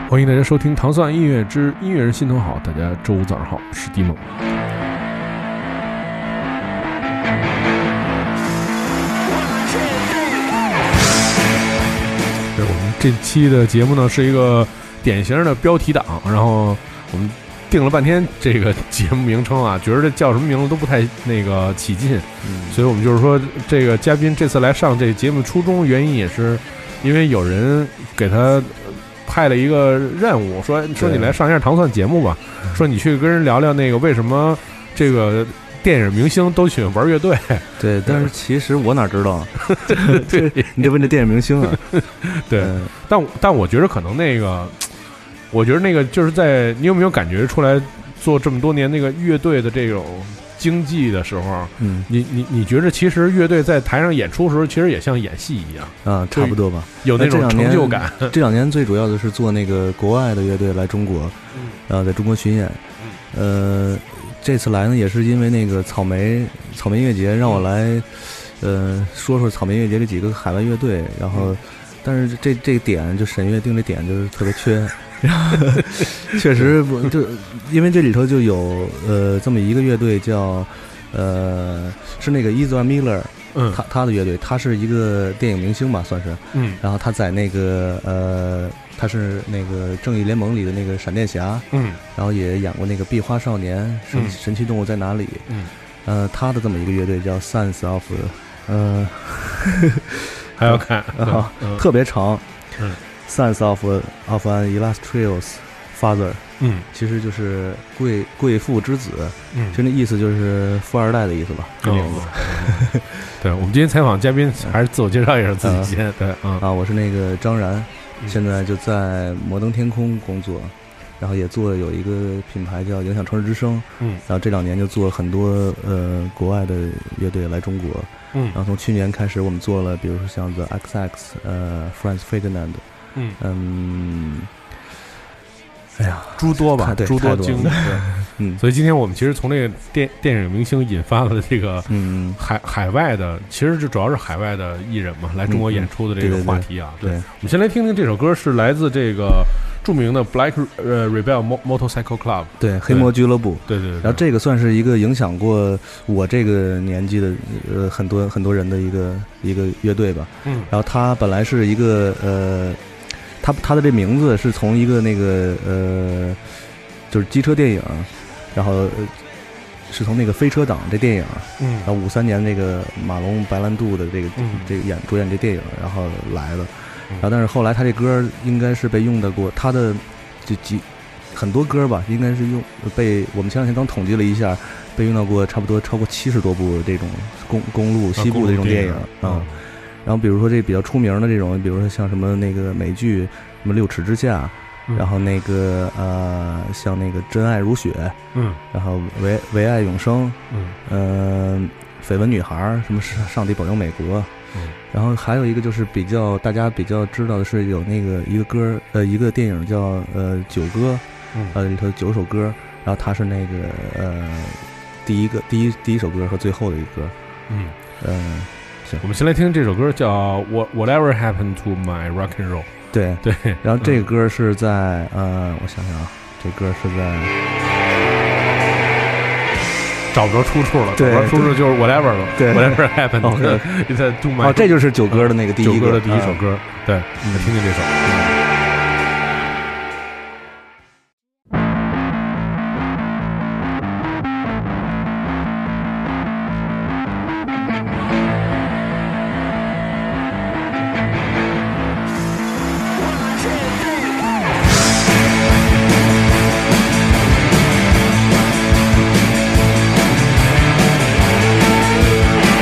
欢迎大家收听糖蒜音乐之音乐人心头好，大家周五早上好，是迪梦。我们这期的节目呢是一个典型的标题党，然后我们定了半天这个节目名称啊，觉得这叫什么名字都不太起劲，所以我们就是说这个嘉宾这次来上这节目初衷原因也是因为有人给他派了一个任务，说你来上一下糖蒜节目吧，说你去跟人聊聊那个为什么这个电影明星都喜欢玩乐队。 对，但是其实我哪知道对，你得问这电影明星啊。 对，但我觉得可能我觉得那个就是在你有没有感觉出来做这么多年那个乐队的这种经济的时候，你觉得其实乐队在台上演出的时候，其实也像演戏一样啊，差不多吧， 有那种成就感。 这两年最主要的是做那个国外的乐队来中国，然后在中国巡演。这次来呢，也是因为那个草莓音乐节让我来，说说草莓音乐节这几个海外乐队，然后，但是这个点就沈月定这点就是特别缺。确实不就因为这里头就有这么一个乐队叫是那个 Ezra Miller， 他的乐队，他是一个电影明星吧算是，然后他在那个他是那个正义联盟里的那个闪电侠，然后也演过那个壁花少年、神奇动物在哪里，他的这么一个乐队叫 Sons of， 还要看特别长，Sons of an Illustrious Father， 其实就是贵妇之子，就那意思就是富二代的意思吧，这名字。 对，我们今天采访嘉宾还是自我介绍一下自己先。对， 我是那个张然，现在就在摩登天空工作，然后也有一个品牌叫影响城市之声，然后这2年就做很多国外的乐队来中国，然后从去年开始我们做了，比如说像 The XX， Franz Ferdinand，哎呀， 诸多吧，诸多经历。所以今天我们其实从这个电影明星引发了这个海外的，其实就主要是海外的艺人嘛，来中国演出的这个话题啊。 对， 我们先来听听这首歌，是来自这个著名的 Black Rebel Motorcycle Club， 对，黑魔俱乐部。 对。 然后这个算是一个影响过我这个年纪的很多人的一个乐队吧。然后他本来是一个他的这名字是从一个那个就是机车电影，然后是从那个飞车党这电影，然后53年那个马龙白兰度的这个主演这电影，然后来的。然后但是后来他这歌应该是被用到过，他的很多歌吧，应该是被我们前两天刚统计了一下，被用到过差不多超过70多部这种公路西部的这种电影啊。然后比如说这比较出名的这种，比如说像什么那个美剧什么《6尺之下》，然后那个像那个《真爱如雪》，然后唯爱永生，绯闻女孩，什么上帝保佑美国，然后还有一个就是大家比较知道的是有那个一个歌一个电影叫九歌，里头9首歌，然后它是那个第一首歌和最后的一个歌，行， 我们先来听这首歌叫 Whatever Happened to My Rock and Roll。对， 然后这个歌是在我想想啊，这歌是在找不着出处了， 对， 找不着出处就是 Whatever 了， 对 ，Whatever Happened to My， 这就是9歌的那个第一首歌，对，来听听这首。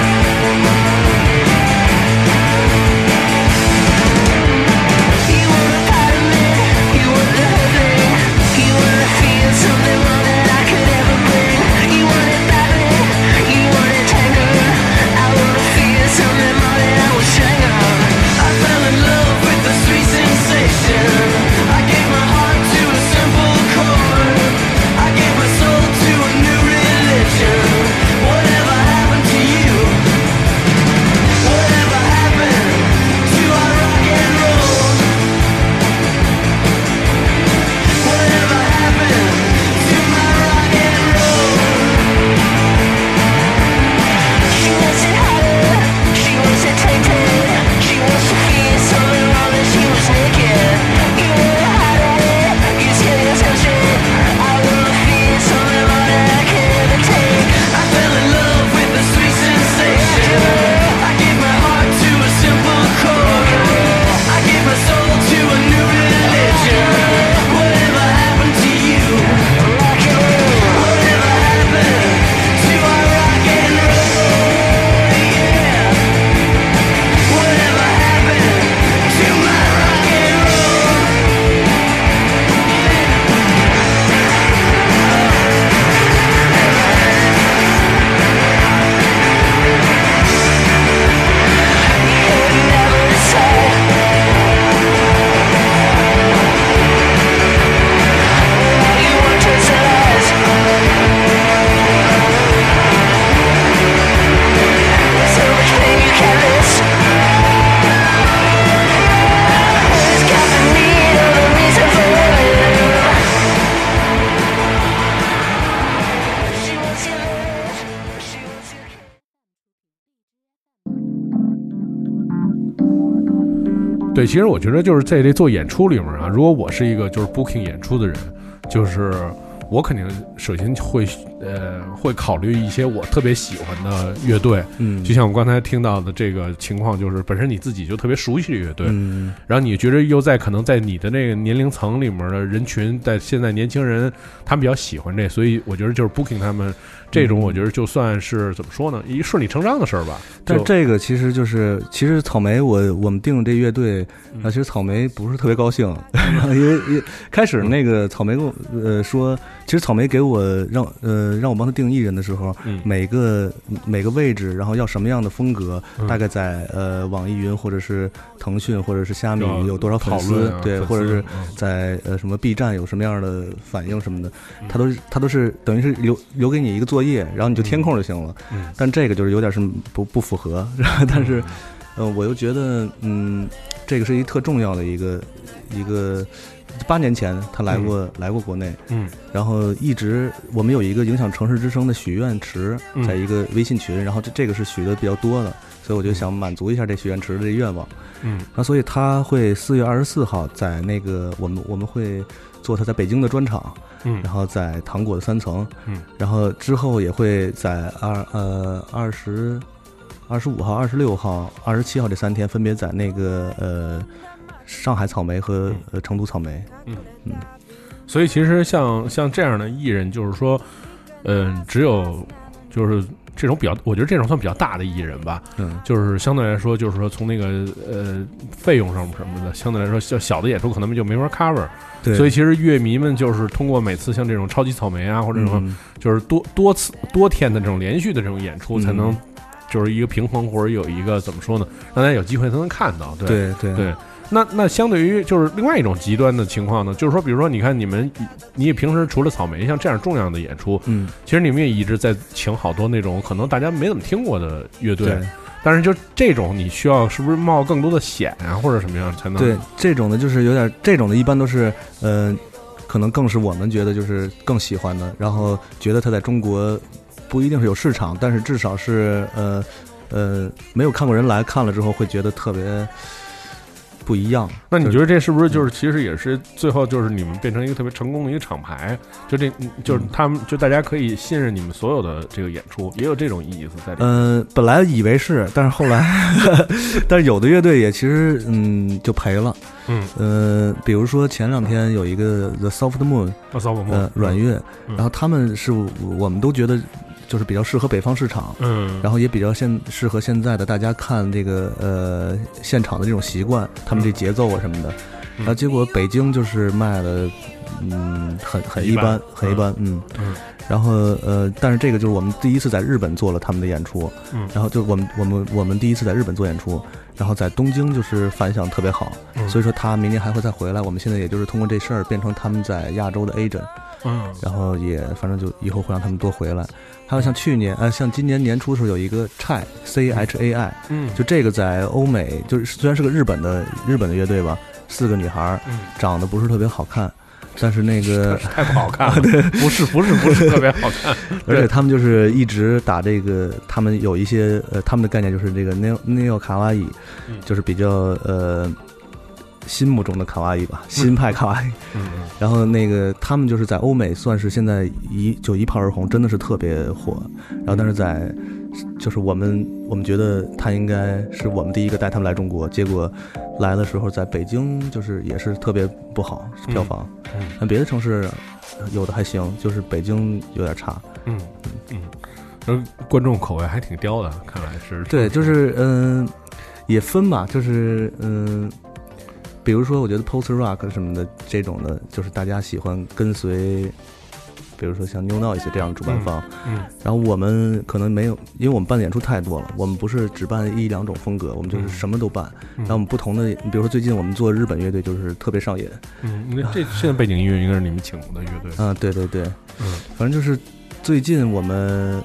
You 对，其实我觉得就是在这做演出里面啊，如果我是一个就是 booking 演出的人，就是我肯定首先会考虑一些我特别喜欢的乐队，就像我刚才听到的这个情况，就是本身你自己就特别熟悉的乐队，然后你觉得又可能在你的那个年龄层里面的人群，在现在年轻人他们比较喜欢这，所以我觉得就是 booking 他们这种，我觉得就算是怎么说呢，一顺理成章的事儿吧。 但这个其实草莓我们定这乐队，其实草莓不是特别高兴，因为开始那个草莓跟我说，其实草莓给我让我帮他定艺人的时候，每个位置，然后要什么样的风格，大概在网易云或者是腾讯或者是虾米有多少粉丝，对，或者是在什么 B 站有什么样的反应什么的，他都是等于是留给你一个作业，然后你就填空就行了。但这个就是有点是不符合，但是我又觉得这个是一特重要的一个。8年前他来过国内，然后一直我们有一个影响城市之声的许愿池，在一个微信群，然后这个是许的比较多的，所以我就想满足一下这许愿池的这愿望，然后所以他会4月24号在那个我们会做他在北京的专场，然后在糖果的3层，然后之后也会在25号、26号、27号这3天分别在那个上海草莓和成都草莓， 所以其实像这样的艺人，就是说，只有就是这种我觉得这种算比较大的艺人吧，就是相对来说，就是说从那个费用上什么的，相对来说小的演出可能就没法 cover，所以其实乐迷们就是通过每次像这种超级草莓啊，或者这种就是多天的这种连续的这种演出，才能就是一个平衡，或者有一个怎么说呢，让大家有机会才能看到，对。那相对于就是另外一种极端的情况呢，就是说，比如说，你看你平时除了草莓像这样重要的演出，其实你们也一直在请好多那种可能大家没怎么听过的乐队，但是就这种你需要是不是冒更多的险啊，或者什么样才能？ 对，这种的就是有点，这种的一般都是可能更是我们觉得就是更喜欢的，然后觉得它在中国不一定是有市场，但是至少是没有看过人来看了之后会觉得特别不一样。 那你觉得这是不是就是其实也是最后就是你们变成一个特别成功的一个厂牌？就是他们就大家可以信任你们所有的这个演出，也有这种意思在里面。 本来以为是，但是后来，但是有的乐队也其实就赔了。比如说前2天有一个 The Soft Moon， 软乐，然后他们是我们都觉得就是比较适合北方市场，然后也比较适合现在的大家看这个现场的这种习惯，他们这节奏啊什么的，然后结果北京就是卖的很一般，很一般，然后但是这个就是我们第一次在日本做了他们的演出，然后就我们第一次在日本做演出，然后在东京就是反响特别好，所以说他明年还会再回来，我们现在也就是通过这事儿变成他们在亚洲的 agent，然后也反正就以后会让他们多回来。还有像像今年年初的时候有一个 CHAI，就这个在欧美就是虽然是个日本的乐队吧，4个女孩，长得不是特别好看，但是那个太不好看了，对，不是特别好看， 而且他们就是一直打这个，他们有一些他们的概念就是这个 neo 卡哇伊，就是比较心目中的卡哇伊吧，新派卡哇伊。然后那个他们就是在欧美算是现在一炮而红，真的是特别火。然后但是就是我们觉得他应该是我们第一个带他们来中国，结果来的时候在北京就是也是特别不好票房，但别的城市有的还行，就是北京有点差。 观众口味还挺刁的，看来是。 对，就是也分吧，就是比如说我觉得 post rock 什么的这种的，就是大家喜欢跟随，比如说像 New Noise 这样的主办方，然后我们可能没有，因为我们办的演出太多了，我们不是只办1-2种风格，我们就是什么都办，然后我们不同的，比如说最近我们做日本乐队就是特别上瘾， 这现在背景音乐应该是你们请的乐队啊，对对对，反正就是最近我们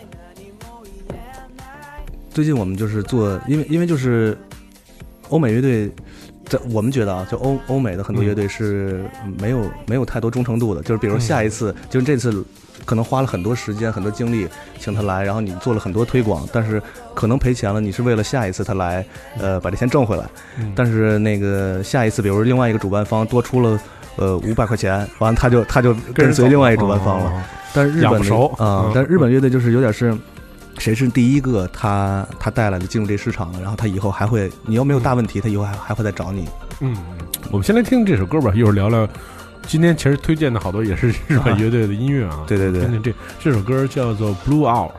就是做，因为就是欧美乐队。我们觉得啊，就欧美的很多乐队是没有太多忠诚度的，就是比如下一次，就是这次可能花了很多时间很多精力请他来，然后你做了很多推广，但是可能赔钱了，你是为了下一次他来把这钱挣回来。但是那个下一次比如另外一个主办方多出了500块钱，完了他就跟随另外一个主办方了。但是日本但是日本乐队就是有点是谁是第一个他带来的进入这市场了，然后他以后还会，你要没有大问题他以后还会再找你。 我们先来听这首歌吧，一会儿聊聊今天其实推荐的好多也是日本乐队的音乐啊。 对对对， 这首歌叫做 Blue Hour。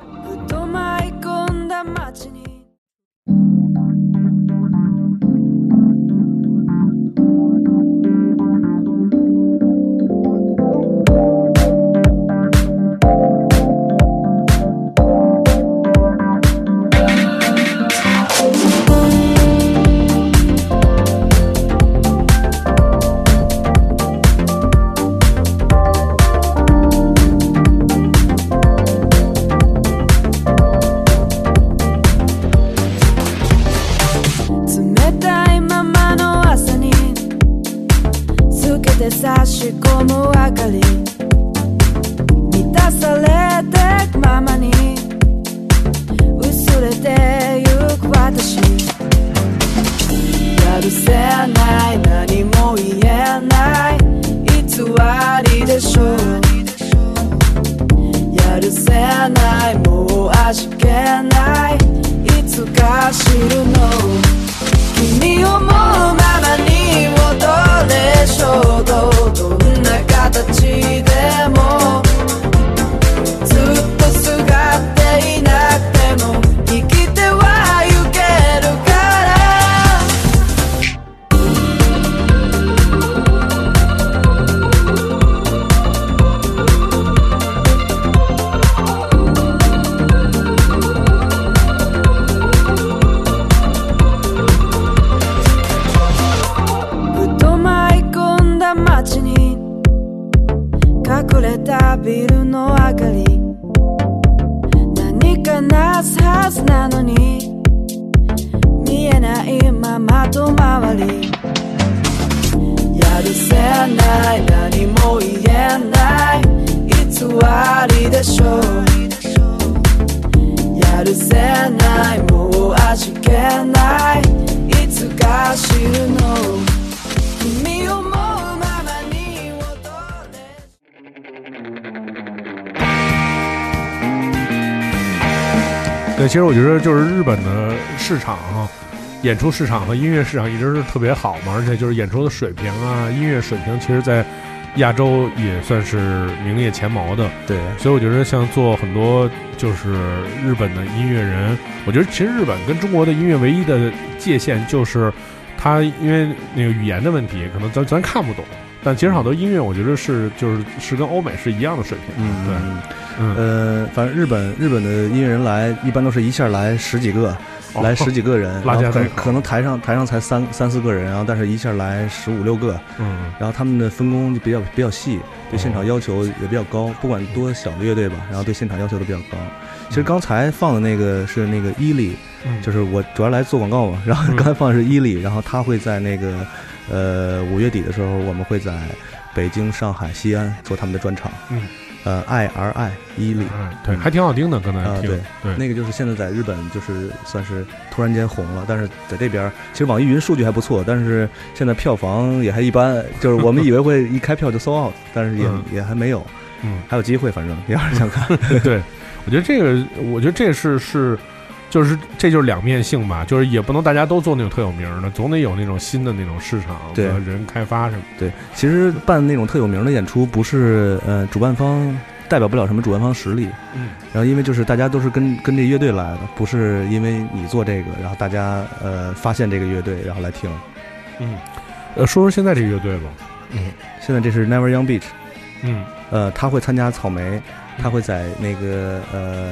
差し込む明かり満たされてくままに薄れてゆく私やるせない何も言えない偽りでしょうやるせないもう味気ないいつか知るの君思うままに踊れしょうどんな形でもずっとすがっていなくても生きてはゆけるから街に隠れたビルの明かり何かなすはずなのに見えないまま遠回りやるせない何も言えない偽りでしょうやるせないもう味気ないいつか知るの君を对，其实我觉得就是日本的市场啊，演出市场和音乐市场一直是特别好嘛，而且就是演出的水平啊，音乐水平，其实在亚洲也算是名列前茅的。 对， 所以我觉得像做很多就是日本的音乐人，我觉得其实日本跟中国的音乐唯一的界限就是它因为那个语言的问题，可能咱看不懂。但其实好多音乐，我觉得是跟欧美是一样的水平。对， 反正日本的音乐人来，一般都是一下来十几个人， 然后可能台上才三四个人，然后但是一下来15、16个，然后他们的分工就比较细，对现场要求也比较高，不管多小的乐队吧，然后对现场要求都比较高。其实刚才放的那个是那个伊利，就是我主要来做广告嘛，然后刚才放的是伊利，然后他会在那个5月底的时候，我们会在北京、上海、西安做他们的专场。IRI 伊利， 对，还挺好听的，刚才听。 对，那个就是现在在日本就是算是突然间红了，但是在这边其实网易云数据还不错，但是现在票房也还一般，就是我们以为会一开票就sold out，但是也还没有，还有机会，反正你要是想看。 对，我觉得这是。就是这就是两面性吧，就是也不能大家都做那种特有名的，总得有那种新的那种市场和人开发什么。 对，其实办那种特有名的演出，不是主办方代表不了什么主办方实力，然后因为就是大家都是跟这乐队来的，不是因为你做这个，然后大家发现这个乐队然后来听。 说说现在这个乐队吧。 现在这是 Never Young Beach。他会参加草莓，他会在那个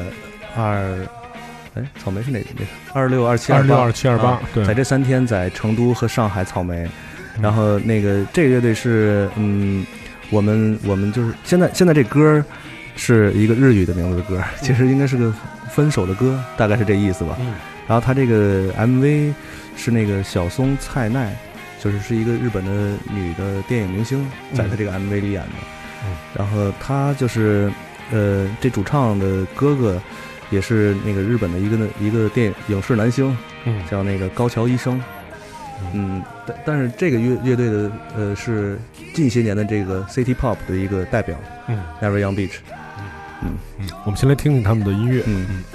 草莓是哪26、27、 28，对， 在这3天在成都和上海草莓，然后那个这个乐队是我们就是现在这歌是一个日语的名字的歌，其实应该是个分手的歌，大概是这意思吧。然后他这个 MV 是那个小松菜奈，是一个日本的女的电影明星，在他这个 MV 里演的。然后他就是这主唱的哥哥也是那个日本的一个电影视男星，叫那个高桥医生。但是这个乐队的是近些年的这个 City Pop 的一个代表，Never Young Beach。 我们先来听听他们的音乐。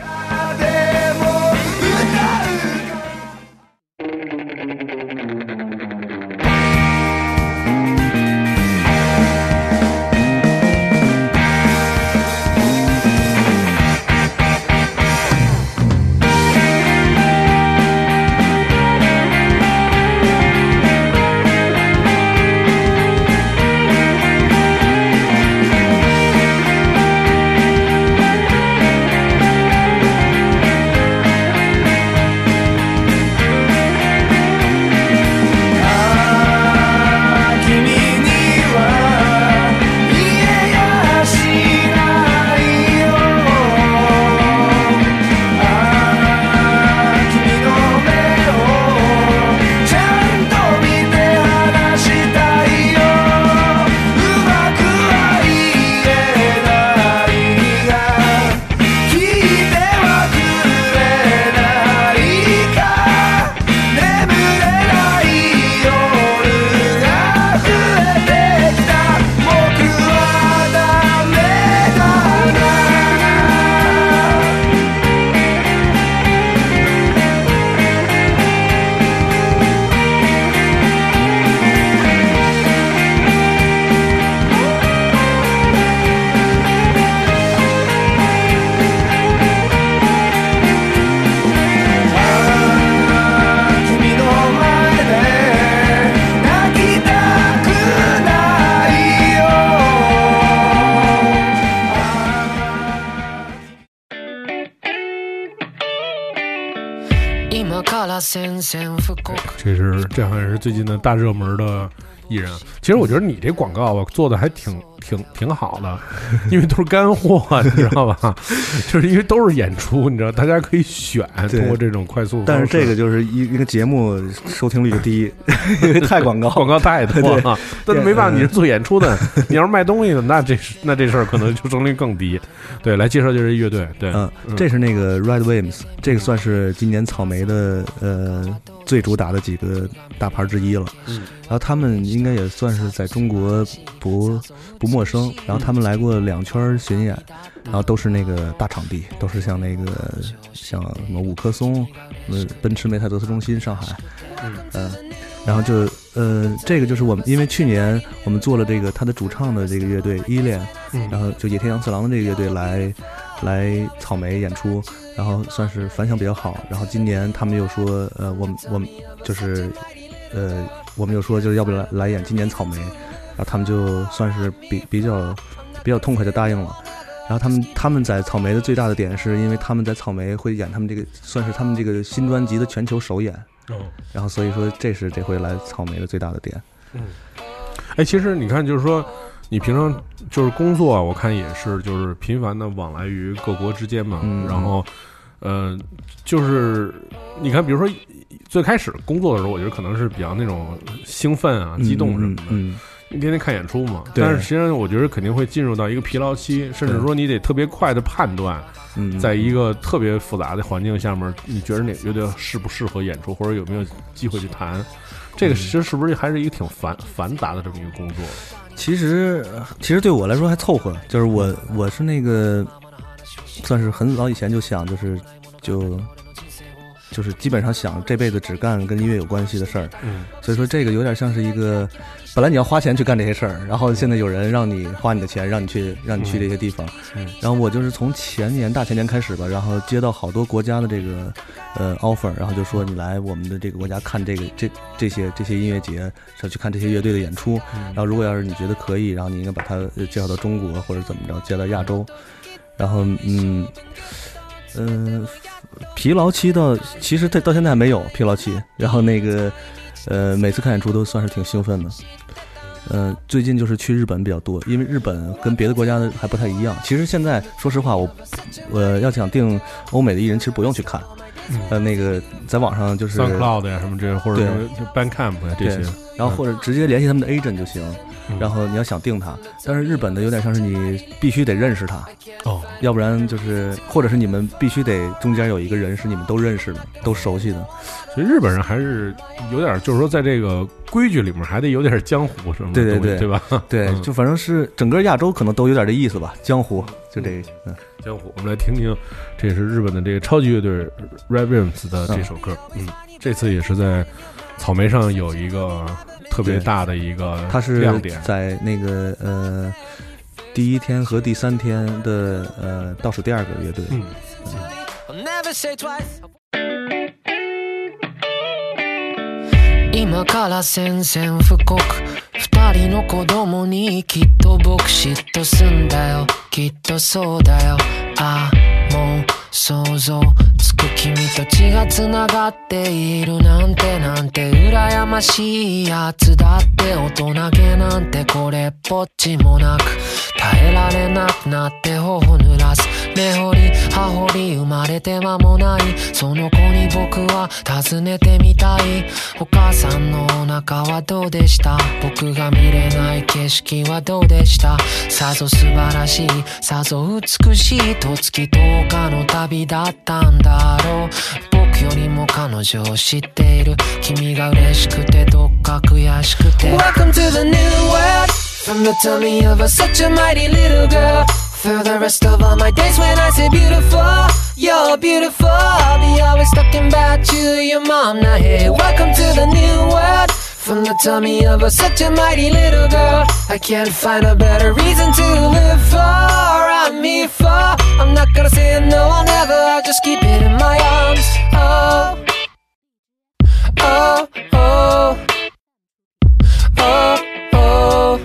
这好像是最近的大热门的艺人。其实我觉得你这广告吧做的还挺好的，因为都是干货，你知道吧？就是因为都是演出，你知道，大家可以选通过这种快速。 但是这个就是一个节目收听率就低，因为太广告太多了。但是没办法，你是做演出的，你要是卖东西的，那这事儿可能就胜率更低。对，来介绍就是乐队。对， 这是那个 Red Wimps， 这个算是今年草莓的最主打的几个大牌之一了。然后他们应该也算是在中国不陌生。然后他们来过2圈巡演，然后都是那个大场地，都是像什么五棵松、奔驰梅赛德斯中心上海。然后就这个就是我们，因为去年我们做了这个他的主唱的这个乐队依恋，然后就野田洋次郎的这个乐队来草莓演出，然后算是反响比较好。然后今年他们又说我们就是我们又说就是要不要来演今年草莓，然后他们就算是比较痛快的答应了。然后他们在草莓的最大的点是因为他们在草莓会演他们这个算是他们这个新专辑的全球首演。然后所以说这是这回来草莓的最大的点。 其实你看，就是说你平常就是工作，我看也是就是频繁的往来于各国之间嘛。然后就是你看，比如说最开始工作的时候，我觉得可能是比较那种兴奋啊、激动什么的。你天天看演出嘛，但是实际上我觉得肯定会进入到一个疲劳期，甚至说你得特别快的判断，在一个特别复杂的环境下面，你觉得哪个乐队适不适合演出，或者有没有机会去弹，这个其实是不是还是一个挺繁杂的这么一个工作？ 其实对我来说还凑合，就是我是那个算是很早以前就想，就是基本上想这辈子只干跟音乐有关系的事儿。所以说这个有点像是一个，本来你要花钱去干这些事儿，然后现在有人让你花你的钱，让你去这些地方。然后我就是从大前年开始吧，然后接到好多国家的这个offer， 然后就说你来我们的这个国家看这些音乐节，去看这些乐队的演出。然后如果要是你觉得可以，然后你应该把它介绍到中国或者怎么着，介绍到亚洲。然后疲劳期其实到现在还没有疲劳期，然后那个每次看演出都算是挺兴奋的。最近就是去日本比较多，因为日本跟别的国家的还不太一样。其实现在说实话，我要想订欧美的艺人，其实不用去看， 那个在网上就是 SoundCloud 呀什么这，或者 Bandcamp 呀这些， 然后或者直接联系他们的 agent 就行。然后你要想订它，但是日本的有点像是你必须得认识他要不然就是或者是你们必须得中间有一个人是你们都认识的都熟悉的， 所以日本人还是有点就是说在这个规矩里面还得有点江湖什么的，对吧？ 对，就反正是整个亚洲可能都有点这意思吧，江湖就这个江湖。我们来听听，这也是日本的这个超级乐队 Ravens 的这首歌，这次也是在草莓上有一个特别大的一个亮点， 它是在那个第一天和第3天的倒数第2个乐队。 今から宣戦布告2人の子供にきっと僕嫉妬すんだよきっとそうだよああもう想像つく君と血がつながっているなんて羨ましいやつだって大人げなんてこれっぽっちもなく耐えられなくなって頬濡らす根掘り葉掘り生まれて間もないその子に僕は尋ねてみたいお母さんのお腹はどうでした僕が見れない景色はどうでしたさぞ素晴らしいさぞ美しいと月10日の旅だったんだろう僕よりも彼女を知っている君が嬉しくてどっか悔しくて Welcome to the new world From the tummy of such a mighty little girl For the rest of all my days when I say beautiful You're beautiful I'll be always talking about you Your mom now hey Welcome to the new world From the tummy of such a mighty little girl I can't find a better reason to live for I'm here for I'm not gonna say no I'll never I'll just keep it in my arms Oh Oh Oh Oh Oh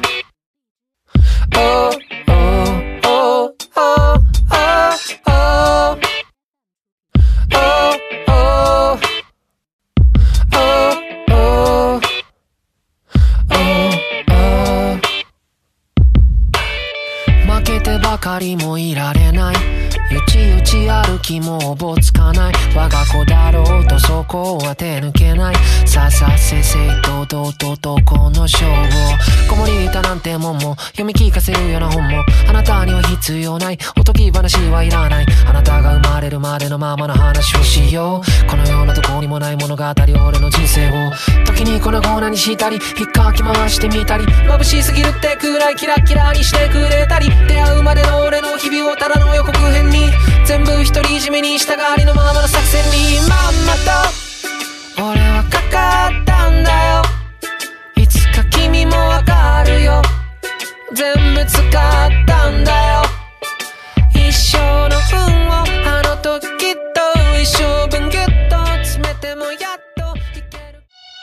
Oh Oh Oh Oh Oh Oh Oh 負けてばかりもいられないよちよち歩きもおぼつかない我が子だろうとそこは手抜けないさあさあせいせい堂々とこの勝負を子守歌なんてもんも読み聞かせるような本もあなたには必要ないおとぎ話はいらないあなたが生まれるまでのままの話をしようこのようなとこにもない物語俺の人生を時に粉々にしたり引っかき回してみたり眩しすぎるってくらいキラキラにしてくれたり出会うまでの俺の日々をただの予告編に全部独り占めにしたがりのままの作戦にまんまと俺はかかったんだよいつか君もわかるよ全部使ったんだよ一生の分をあの時と一生分ギュッと詰めてもやっといける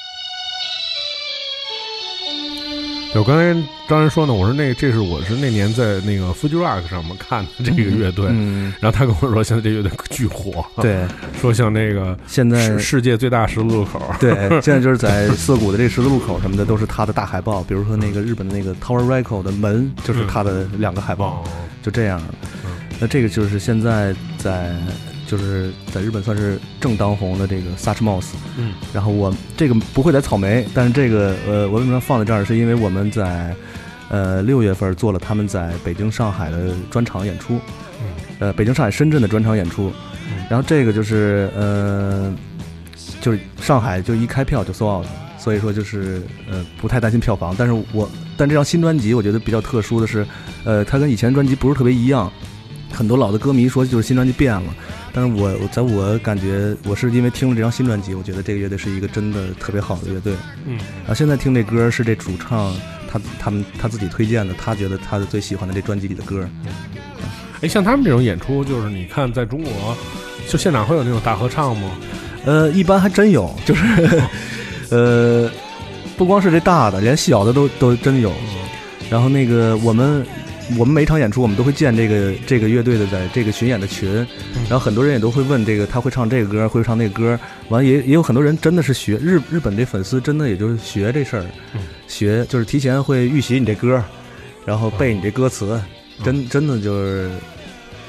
我刚才张然说呢，我说这是我是那年在那个 Fuji Rock 上面看的这个乐队，然后他跟我说现在这乐队巨火， 对， 说像那个现在世界最大十字路口， 对，现在就是在涩谷的这十字路口什么的都是他的大海报，比如说那个日本的那个 Tower Record 的门就是他的2个海报，就这样。那这个就是现在就是在日本算是正当红的这个 Such Mouse， 然后我这个不会在草莓，但是这个我为什么放在这儿，是因为我们在6月份做了他们在北京、上海的专场演出，北京、上海、深圳的专场演出，然后这个就是就是上海就一开票就sold out了，所以说就是不太担心票房，但这张新专辑我觉得比较特殊的是，它跟以前专辑不是特别一样。很多老的歌迷说就是新专辑变了，但是我感觉我是因为听了这张新专辑，我觉得这个乐队是一个真的特别好的乐队。然后现在听这歌是这主唱他自己推荐的，他觉得他最喜欢的这专辑里的歌。 像他们这种演出，就是你看在中国，就现场会有那种大合唱吗？ 一般还真有，就是不光是这大的，连小的都真有。然后那个我们每一场演出我们都会建这个乐队的在这个巡演的群，然后很多人也都会问这个他会唱这个歌会唱那个歌，完也有很多人真的是学日本这粉丝真的也就是学这事儿，学就是提前会预习你这歌，然后背你这歌词，真的就是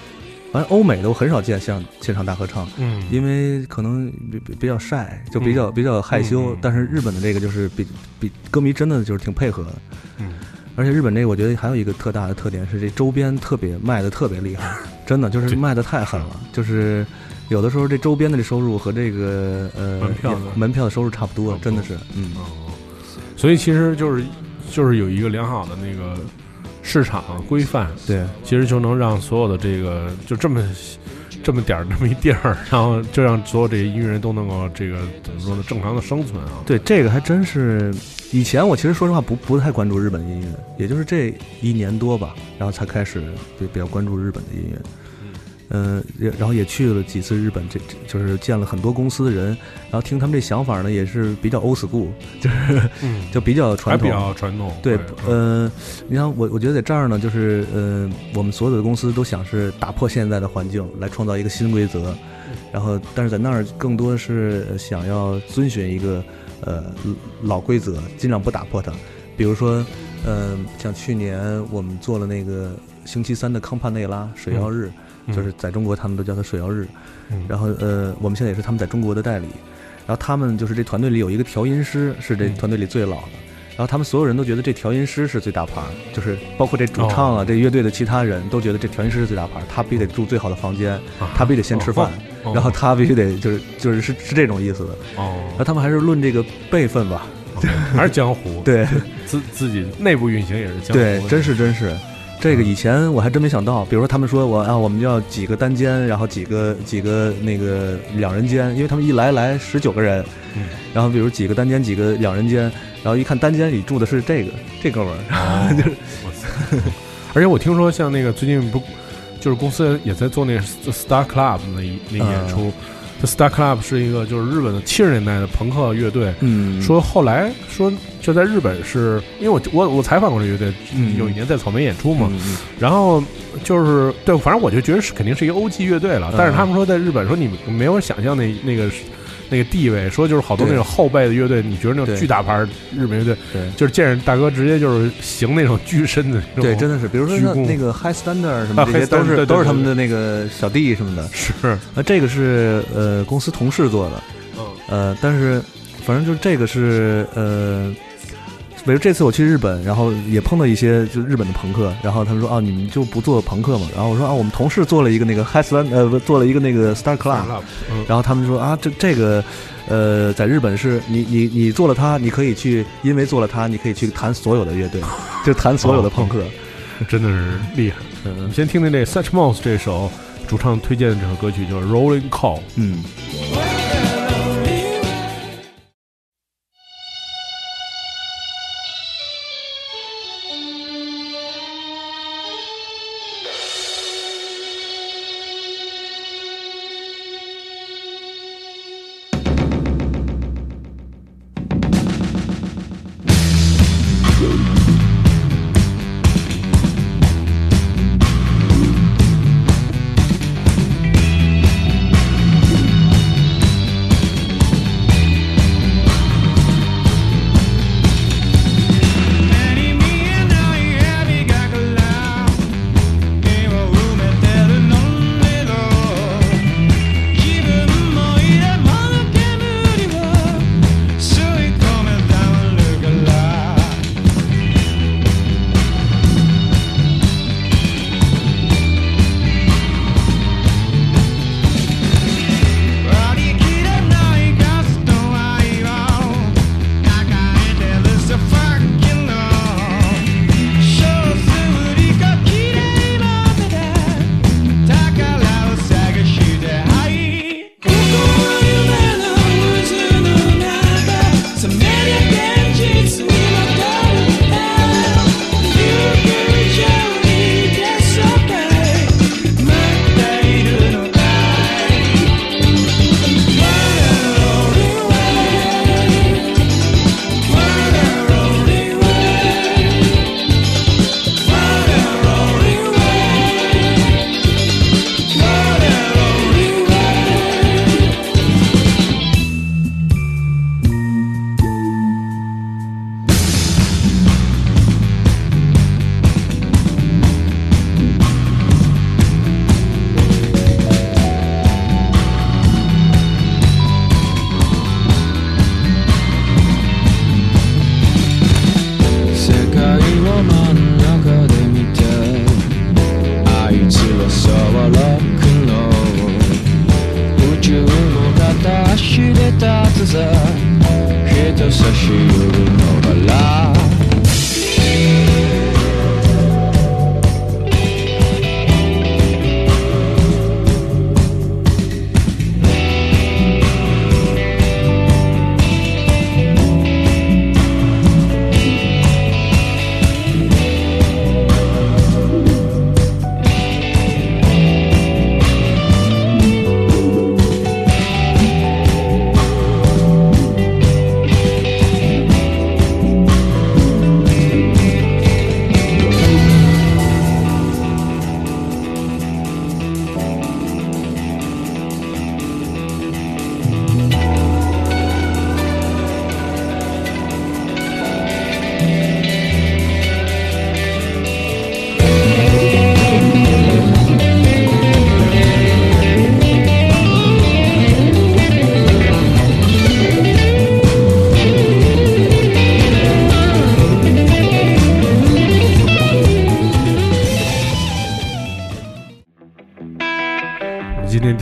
反正欧美的我很少见像现场大合唱，因为可能比较晒，就比较害羞。但是日本的这个就是比歌迷真的就是挺配合的，而且日本这个我觉得还有一个特大的特点是这周边卖的特别厉害，真的就是卖的太狠了，就是有的时候这周边的这收入和这个门票的收入差不多，真的是， 所以其实就是有一个良好的那个市场规范， 对， 其实就能让所有的这个就这么点这么一地儿，然后就让所有这些音乐人都能够这个怎么说呢，正常的生存啊。 对，这个还真是以前我其实说实话不太关注日本音乐，也就是这1年多吧，然后才开始比较关注日本的音乐。然后也去了几次日本，就是见了很多公司的人，然后听他们这想法呢，也是比较 old school， 就是就比较传统， 还比较传统。 对，你看我觉得在这儿呢，就是我们所有的公司都想是打破现在的环境，来创造一个新规则，然后但是在那儿更多是想要遵循一个老规则，尽量不打破它。比如说，像去年我们做了那个星期三的康帕内拉水曜日。就是在中国他们都叫它水曜日，然后我们现在也是他们在中国的代理，然后他们就是这团队里有一个调音师是这团队里最老的，然后他们所有人都觉得这调音师是最大牌，就是包括这主唱啊，这乐队的其他人都觉得这调音师是最大牌，他必须得住最好的房间，他必须得先吃饭，然后他必须得就是这种意思的，然后他们还是论这个辈分吧， 还是江湖， 对， 自己内部运行也是江湖， 对，真是。这个以前我还真没想到，比如说他们说我们要几个单间，然后几个那个2人间，因为他们一来19个人，然后比如几个单间几个2人间，然后一看单间里住的是这哥们儿，就是， 而且我听说像那个最近不就是公司也在做那个 Star Club 那演出。这 Star Club 是一个就是日本的70年代的朋克乐队，说后来说就在日本是因为我采访过这乐队，有一年在草莓演出嘛，然后就是对，反正我就觉得是肯定是一个欧际乐队了，但是他们说在日本说你没有想象那个地位，说就是好多那种后辈的乐队，你觉得那种巨大牌日本乐队，就是见着大哥直接就是行那种巨深的那种， 对，真的是，比如说像那个 High Standard 什么这些都是他们的那个小弟什么的， 是， 这个是公司同事做的，但是反正就是这个是比如这次我去日本，然后也碰到一些就日本的朋克，然后他们说你们就不做朋克嘛？然后我说我们同事做了一个那个 做了一个那个 Star Club，然后他们说这个在日本是你做了它，你可以去，因为做了它，你可以去谈所有的乐队，就谈所有的朋克， 真的是厉害。我们先听听这 Such Mouse 这首主唱推荐的这首歌曲，就是 Rolling Call。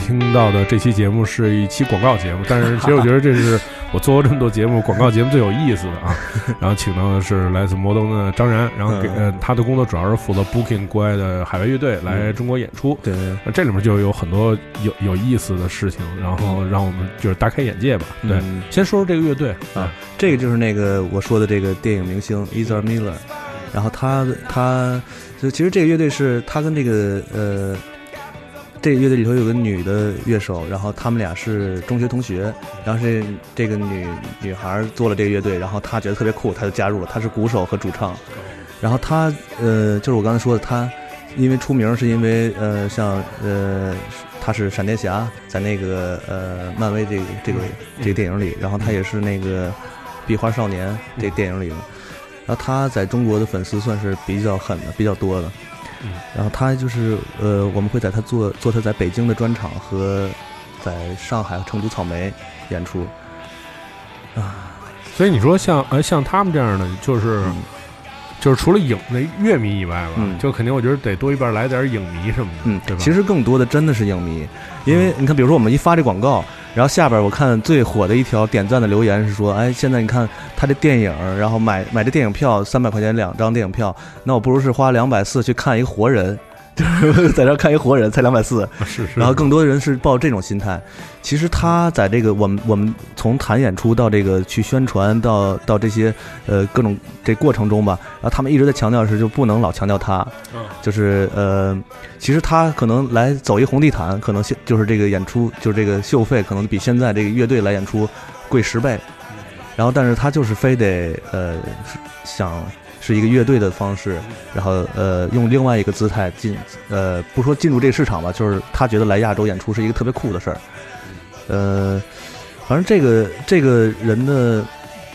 听到的这期节目是一期广告节目，但是其实我觉得这是我做过这么多节目广告节目最有意思的啊。然后请到的是来自摩登的张然，然后他的工作主要是负责 booking 国外的海外乐队来中国演出。 对， 这里面就有很多有意思的事情，然后让我们就是大开眼界吧。对，先说说这个乐队啊，这个就是那个我说的这个电影明星 Ezra Miller， 然后他就其实这个乐队是他跟这个这个乐队里头有个女的乐手，然后他们俩是中学同学，然后是这个女孩做了这个乐队，然后她觉得特别酷，她就加入了，她是鼓手和主唱。然后她就是我刚才说的，她因为出名是因为像她是闪电侠，在那个漫威这个电影里，然后她也是那个壁花少年这个电影里的，然后她在中国的粉丝算是比较狠的，比较多的。然后他就是我们会在他做他在北京的专场和在上海和成都草莓演出啊。 所以你说像他们这样的，就是除了那乐迷以外吧，就肯定我觉得得多一半来点影迷什么的，对吧？ 其实更多的真的是影迷，因为你看，比如说我们一发这广告，然后下边我看最火的一条点赞的留言是说，哎，现在你看他这电影，然后买这电影票300块钱2张电影票，那我不如是花240去看一个活人。就是在这儿看一活人才240， 是。 然后更多的人是抱这种心态。其实他在这个我们从谈演出到这个去宣传到这些各种这过程中吧，然后他们一直在强调是就不能老强调他，就是其实他可能来走一红地毯，可能就是这个演出就是这个秀费可能比现在这个乐队来演出贵10倍，然后但是他就是非得想。是一个乐队的方式，然后用另外一个姿态不说进入这个市场吧，就是他觉得来亚洲演出是一个特别酷的事儿。反正这个人的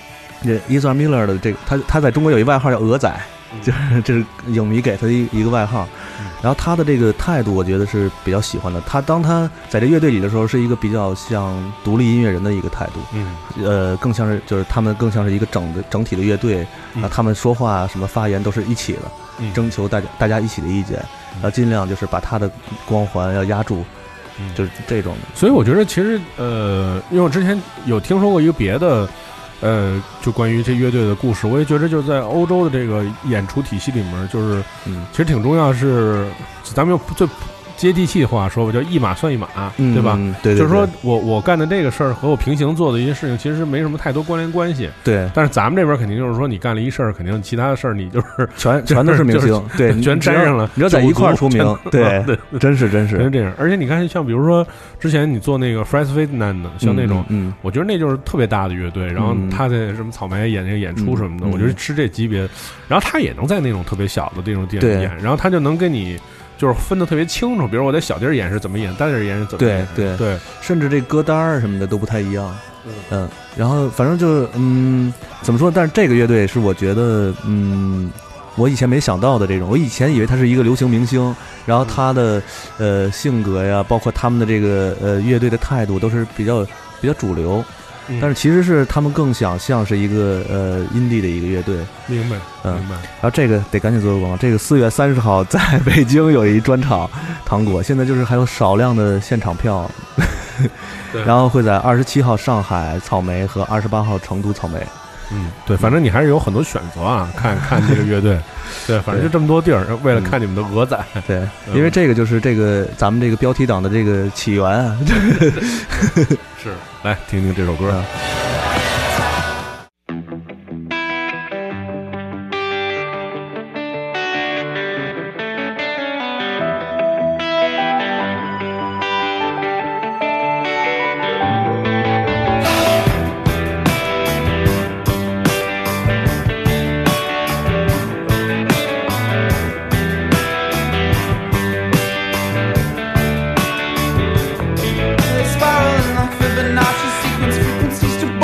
Ezra Miller 的这个他在中国有一外号叫鹅仔，就是这是影迷给他的一个外号。然后他的这个态度，我觉得是比较喜欢的。当他在这乐队里的时候，是一个比较像独立音乐人的一个态度，更像是就是他们更像是一个整体的乐队，然后他们说话什么发言都是一起的，征求大家一起的意见，尽量就是把他的光环要压住，就是这种的。 所以我觉得其实因为我之前有听说过一个别的。就关于这乐队的故事，我也觉得就是在欧洲的这个演出体系里面，就是其实挺重要，是咱们用最接地气的话说吧，叫一码算一码，对吧？ 对， 就是说我干的这个事儿和我平行做的一些事情，其实没什么太多关联关系。 对， 但是咱们这边肯定就是说，你干了一事儿，肯定其他的事儿你就是全都是明星，对， 全沾上了。 你要在一块儿出名，对，真是是这样。而且你看，像比如说之前你做那个 Franz Ferdinand 的，像那种，我觉得那就是特别大的乐队，然后他在什么草莓演那个演出什么的，我觉得是这级别。然后他也能在那种特别小的这种地方演，然后他就能跟你。就是分得特别清楚，比如我在小地儿演是怎么演，大地儿演是怎么演，对， 甚至这歌单什么的都不太一样，然后反正就怎么说？但是这个乐队是我觉得我以前没想到的这种，我以前以为他是一个流行明星，然后他的性格呀，包括他们的这个乐队的态度都是比较主流。但是其实是他们更想像是一个indie的一个乐队， 明白。 然后这个得赶紧做个广告，这个4月30号在北京有一专场，糖果现在就是还有少量的现场票，然后会在27号上海草莓和28号成都草莓。 对，反正你还是有很多选择啊，看这个乐队，对，反正就这么多地儿，为了看你们的鹅仔， 对，因为这个就是这个咱们这个标题党的这个起源啊， 是，来听听这首歌。 Spiraling like Fibonacci sequence, frequencies to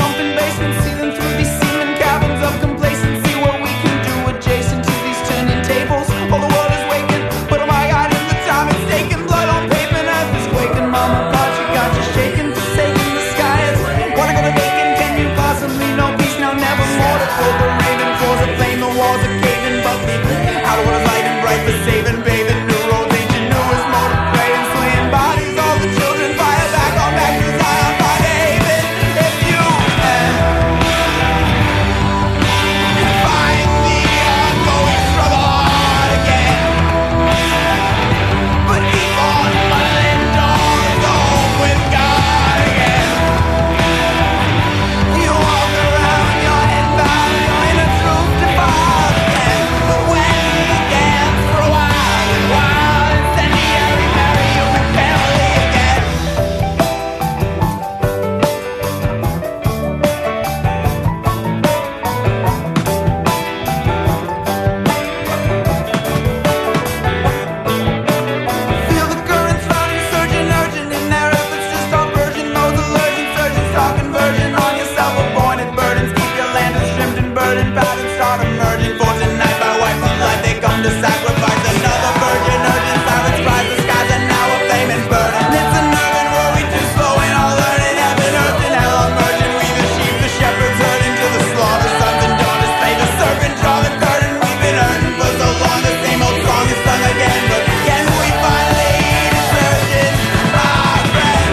start emerging for tonight. By wife of life, they come to sacrifice another virgin. Urgent sirens rise, the skies are now aflame and burning. It's an urban war, we too slow and all learning. Heaven, earth, and hell emerging. We the sheep, the shepherds herding to the slaughter. Sons and daughters pay the serpent, draw the curtain. We've been hurting for so long, the same old song is sung again. But can we finally eat insurgents, our friends?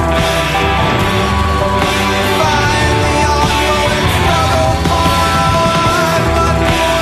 Find the ongoing struggle forward once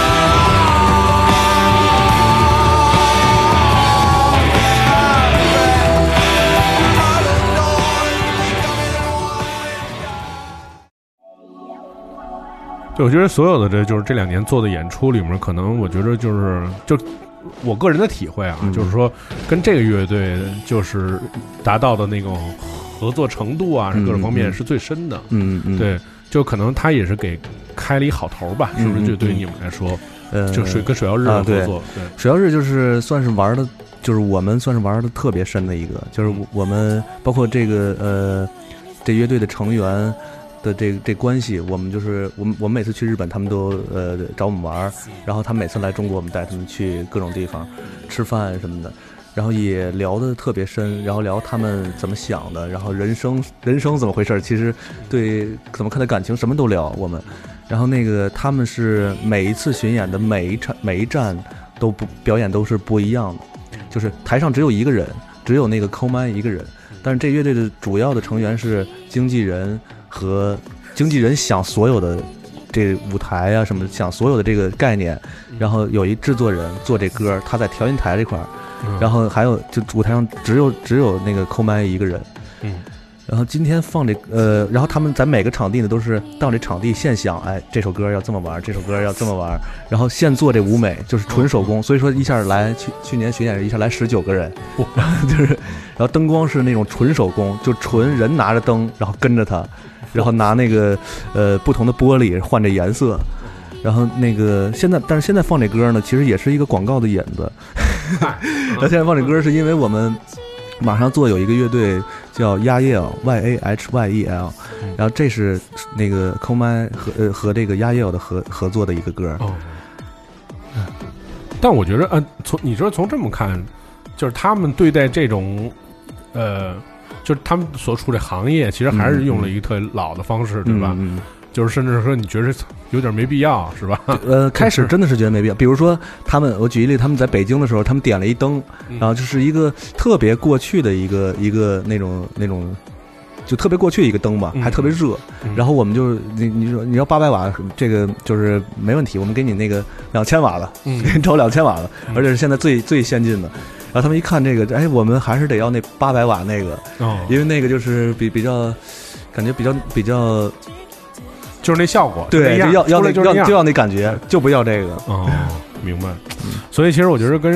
对，我觉得所有的就是这2年做的演出里面，可能我觉得就我个人的体会啊，就是说跟这个乐队就是达到的那种合作程度啊，各种方面是最深的。对，就可能他也是给开了一好头吧，是不是？就对于你们来说，就跟水曜日的合作，对， 水曜日就是算是玩的，就是我们算是玩的特别深的一个，就是我们包括这个这乐队的成员的这关系，我们就是我们每次去日本，他们都找我们玩，然后他们每次来中国，我们带他们去各种地方吃饭什么的，然后也聊得特别深，然后聊他们怎么想的，然后人生怎么回事，其实对怎么看待感情什么都聊我们。然后那个他们是每一次巡演的每一站都表演都是不一样的，就是台上只有一个人，只有那个抠麦一个人，但是这乐队的主要的成员是经纪人和经纪人想所有的这舞台啊什么，想所有的这个概念，然后有一制作人做这歌，他在调音台这块儿，然后还有就舞台上只有那个抠麦一个人，然后今天放然后他们在每个场地呢都是到这场地现想，哎，这首歌要这么玩，这首歌要这么玩，然后现做这舞美，就是纯手工，所以说一下来去年巡演一下来19个人，就是，然后灯光是那种纯手工，就纯人拿着灯，然后跟着他，然后拿那个不同的玻璃换这颜色，然后那个但是现在放这歌呢，其实也是一个广告的引子，然后现在放这歌是因为我们马上做有一个乐队叫 Yael YAHYEL， 然后这是那个抠麦和这个 Yael 的合作的一个歌。 但我觉得你说从这么看，就是他们对待这种就是他们所处的行业，其实还是用了一个特老的方式，对吧？就是甚至说你觉得有点没必要，是吧？ 开始真的是觉得没必要。比如说我举一例，他们在北京的时候，他们点了一灯，然后就是一个特别过去的一个那种就特别过去的一个灯吧，还特别热。然后我们就你要800瓦，这个就是没问题，我们给你那个2000瓦的，给你找2000瓦的，而且是现在最先进的。然后他们一看这个，哎，我们还是得要那800瓦那个，因为那个就是比较感觉比较。 就是那效果， 对，就要那感觉，就不要这个。 明白。所以其实我觉得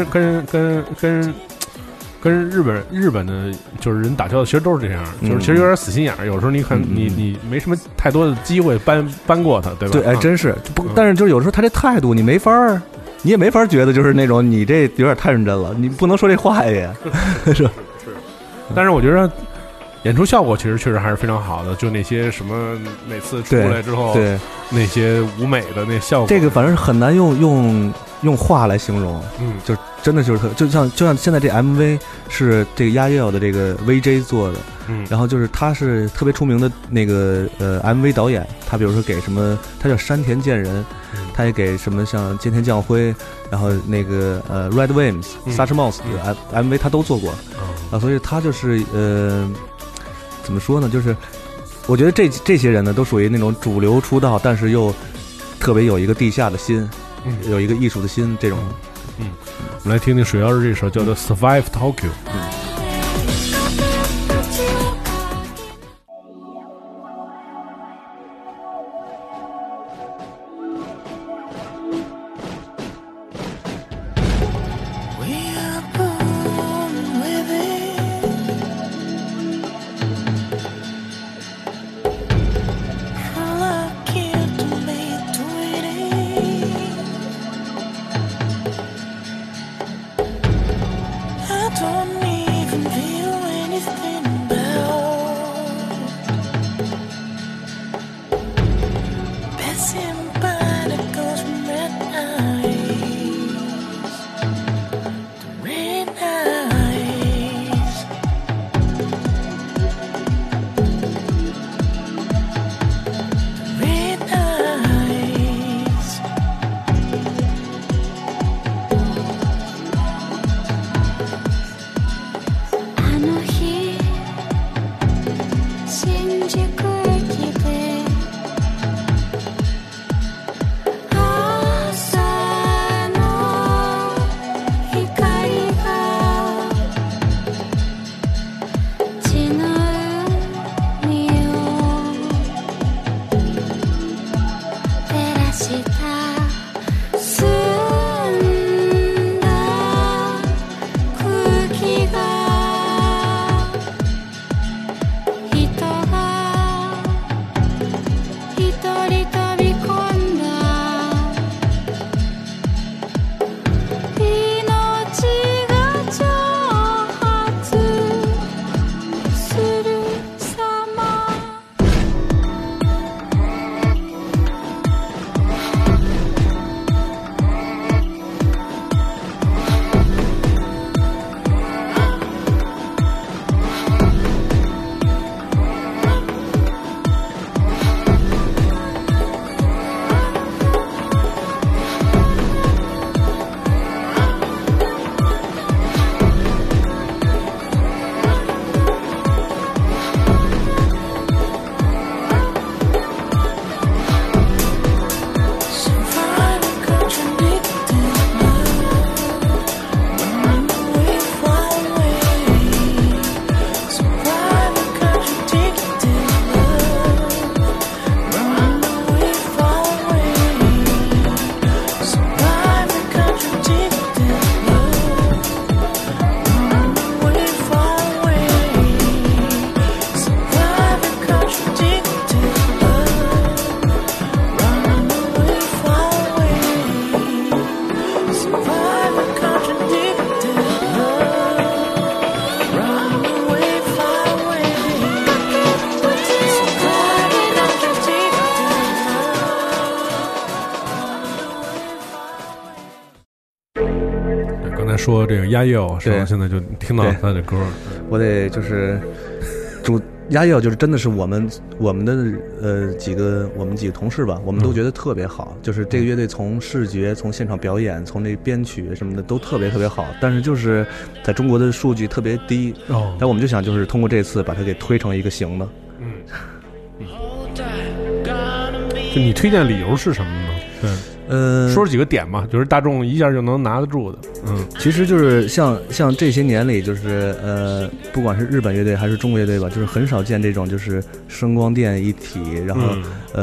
跟日本的就是人打交道，其实都是这样，就是其实有点死心眼儿。有时候你看你没什么太多的机会搬过他，对吧？ 对，哎，真是。但是就是有时候他这态度，你也没法觉得就是那种你这有点太认真了，你不能说这话呀。是。 但是我觉得。演出效果其实确实还是非常好的，就那些什么每次出来之后， 对那些舞美的那效果， 这个反正很难用话来形容，就真的就是就像现在这 MV 是这个Yael的这个 VJ 做的，然后就是他是特别出名的那个MV 导演，他比如说给什么，他叫山田健人，他也给什么像菅田将晖，然后那个Red Wimps、Such Mouse 的 MV 他都做过，所以他就是怎么说呢？就是我觉得这些人呢，都属于那种主流出道，但是又特别有一个地下的心，有一个艺术的心这种。 我们来听听水曜日这首叫做《Survive Tokyo》。 don't need 说这个鸭叶哦，是吧？现在就听到他的歌， 我得就是鸭叶就是真的是我们的几个同事吧，我们都觉得特别好，就是这个乐队从视觉、从现场表演、从这编曲什么的都特别特别好，但是就是在中国的数据特别低。但我们就想就是通过这次把它给推成一个行的。 就你推荐理由是什么呢？对。说几个点吧，就是大众一下就能拿得住的。 其实就是像这些年里，就是不管是日本乐队还是中国乐队吧，就是很少见这种就是声光电一体，然后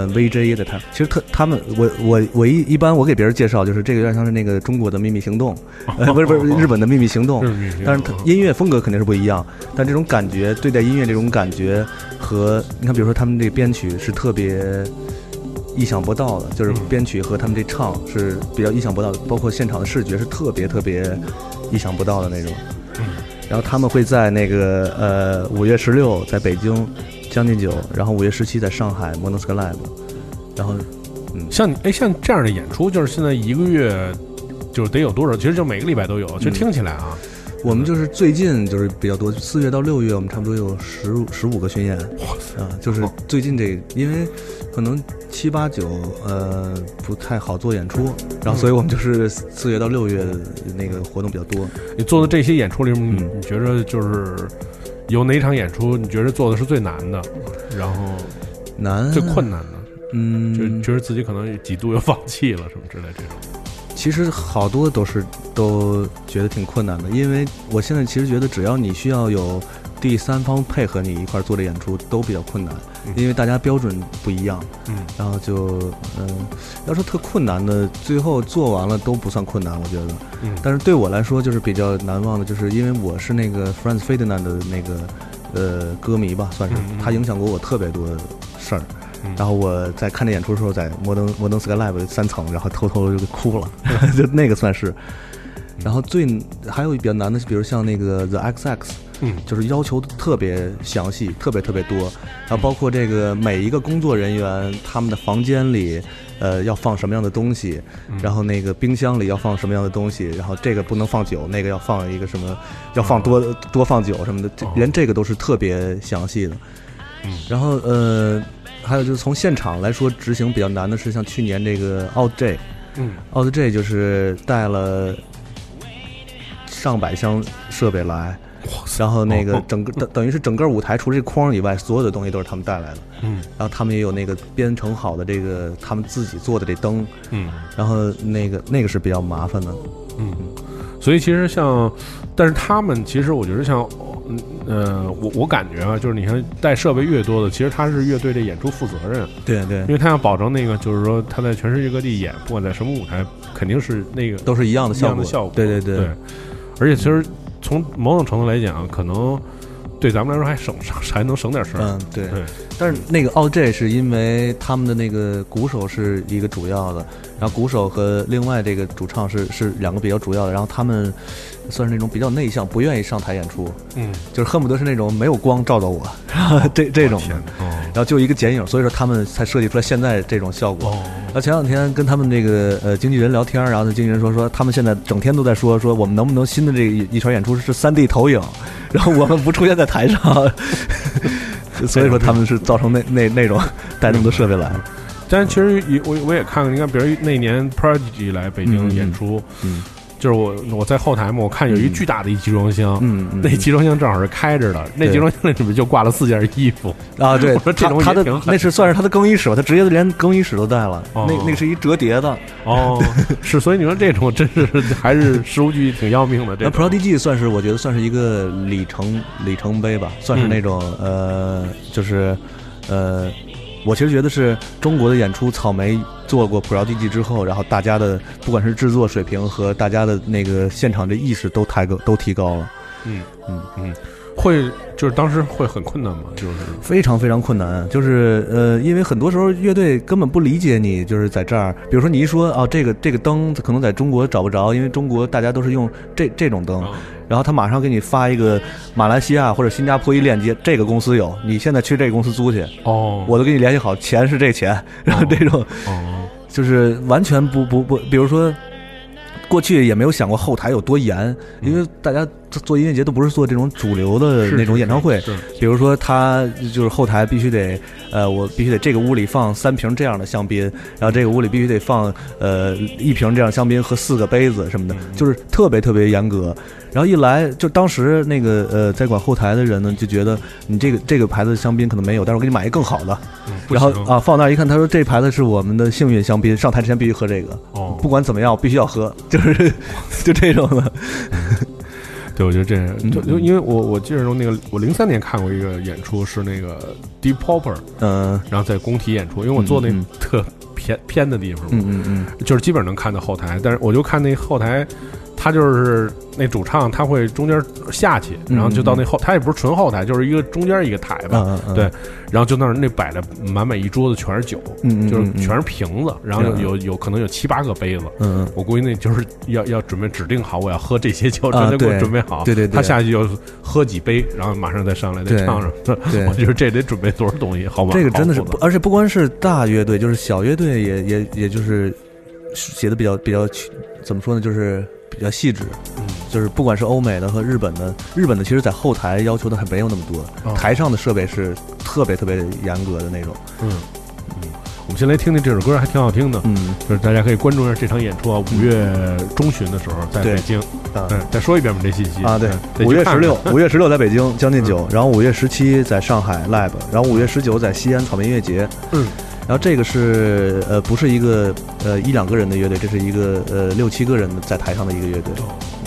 VJ 的他。其实他们我一般我给别人介绍，就是这个有点像是那个中国的秘密行动，不是日本的秘密行动，但是它音乐风格肯定是不一样，但这种感觉对待音乐这种感觉和你看，比如说他们这个编曲是特别意想不到的，就是编曲和他们这唱是比较意想不到的，包括现场的视觉是特别特别意想不到的那种。然后他们会在那个5月16在北京将进酒，然后5月17在上海 Monosky Lab， 然后像这样的演出，就是现在一个月就是得有多少？其实就每个礼拜都有。其实听起来啊， 我们就是最近就是比较多，4月到6月我们差不多有15个巡演。就是最近这个，因为可能7、8、9不太好做演出，然后所以我们就是4月到6月那个活动比较多。 你做的这些演出里面，你觉得就是有哪场演出你觉得做的是最难的，然后最困难的？就觉得自己可能几度又放弃了什么之类这种。 其实好多都觉得挺困难的，因为我现在其实觉得只要你需要有第三方配合你一块做的演出都比较困难，因为大家标准不一样。然后就要说特困难的，最后做完了都不算困难，我觉得。但是对我来说就是比较难忘的，就是因为我是那个 Franz Ferdinand 的那个歌迷吧，算是他影响过我特别多的事儿。然后我在看这演出的时候，在摩登 Sky Lab 3层，然后偷偷就哭了，就那个算是。然后还有比较难的，比如像那个 The XX，就是要求特别详细，特别特别多。然后包括这个每一个工作人员他们的房间里，要放什么样的东西，然后那个冰箱里要放什么样的东西，然后这个不能放酒，那个要放一个什么，要放多放酒什么的，连这个都是特别详细的。然后还有就是从现场来说执行比较难的是像去年这个 Out J 就是带了上百箱设备来，然后那个等于是整个舞台除了这框以外，所有的东西都是他们带来的。然后他们也有那个编程好的这个他们自己做的这灯。然后那个是比较麻烦的。 所以其实但是他们其实我觉得像我感觉啊，就是你看带设备越多的，其实他是越对这演出负责任。对，因为他要保证那个，就是说他在全世界各地演，不管在什么舞台，肯定是那个都是一样的效果。对。 而且其实从某种程度来讲，可能对咱们来说还能省点事儿。 对。但是那个Out J是因为他们的那个鼓手是一个主要的，然后鼓手和另外这个主唱是两个比较主要的，然后他们算是那种比较内向，不愿意上台演出。就是恨不得是那种没有光照到我，这种的。然后就一个剪影，所以说他们才设计出来现在这种效果。然后前两天跟他们这个经纪人聊天，然后那经纪人说他们现在整天都在说我们能不能新的这一场演出是 3D 投影，然后我们不出现在台上。所以说他们是造成那种带那么多设备来。 但是其实我也看过，你看比如那年 Prodigy 来北京演出，就是我在后台嘛，我看有一巨大的一集装箱，那集装箱正好是开着的，那集装箱里面就挂了4件衣服啊。对， 我说这种他的那是算是他的更衣室吧，他直接连更衣室都带了。那是一折叠的。 是，所以你说这种真是还是实物剧挺要命的。 那 Prodigy 我觉得算是一个里程碑吧，算是那种就是我其实觉得是中国的演出，草莓做过 Prodigy 之后，然后大家的不管是制作水平和大家的那个现场的意识都提高了。 会就是当时会很困难吗？就是非常非常困难，就是因为很多时候乐队根本不理解你，就是在这儿，比如说你一说这个灯可能在中国找不着，因为中国大家都是用这种灯。然后他马上给你发一个马来西亚或者新加坡一链接，这个公司有，你现在去这个公司租去。我都给你联系好，钱是这钱，然后这种就是完全不，比如说过去也没有想过后台有多严，因为大家做音乐节都不是做这种主流的那种演唱会，比如说他就是后台必须得我必须得这个屋里放3瓶这样的香槟，然后这个屋里必须得放1瓶这样香槟和4个杯子什么的，就是特别特别严格。然后一来就当时那个在管后台的人呢就觉得你这个牌子的香槟可能没有，但是我给你买一个更好的，然后放那儿一看，他说这牌子是我们的幸运香槟，上台之前必须喝这个，不管怎么样我必须要喝，就这种的。 对，我觉得这样，就因为我记得中那个，我03年看过一个演出，是那个 Deep Purple， 然后在工体演出，因为我坐那特偏的地方，就是基本上能看到后台，但是我就看那后台，他就是那主唱他会中间下去，然后就到那后，他也不是纯后台，就是一个中间一个台吧，对，然后就那摆的满满一桌子全是酒，就是全是瓶子，然后有可能有7、8个杯子，我估计那就是要准备指定好我要喝这些酒，真的给我准备好， 对， 他下去就喝几杯，然后马上再上来再唱上，我觉得这得准备多少东西，好吧？ 这个真的是，而且不光是大乐队，就是小乐队也就是写的比较怎么说呢，就是比较细致，就是不管是欧美的和日本的其实在后台要求的还没有那么多，台上的设备是特别特别严格的那种。 我们先来听听这首歌，还挺好听的，就是大家可以关注一下这场演出啊，5月中旬的时候在北京，再说一遍吧这信息啊，对，5月16在北京将进酒，然后5月17在上海 Lab， 然后5月19在西安草莓音乐节，然后这个是不是一个1、2个人的乐队，这是一个6、7个人在台上的一个乐队。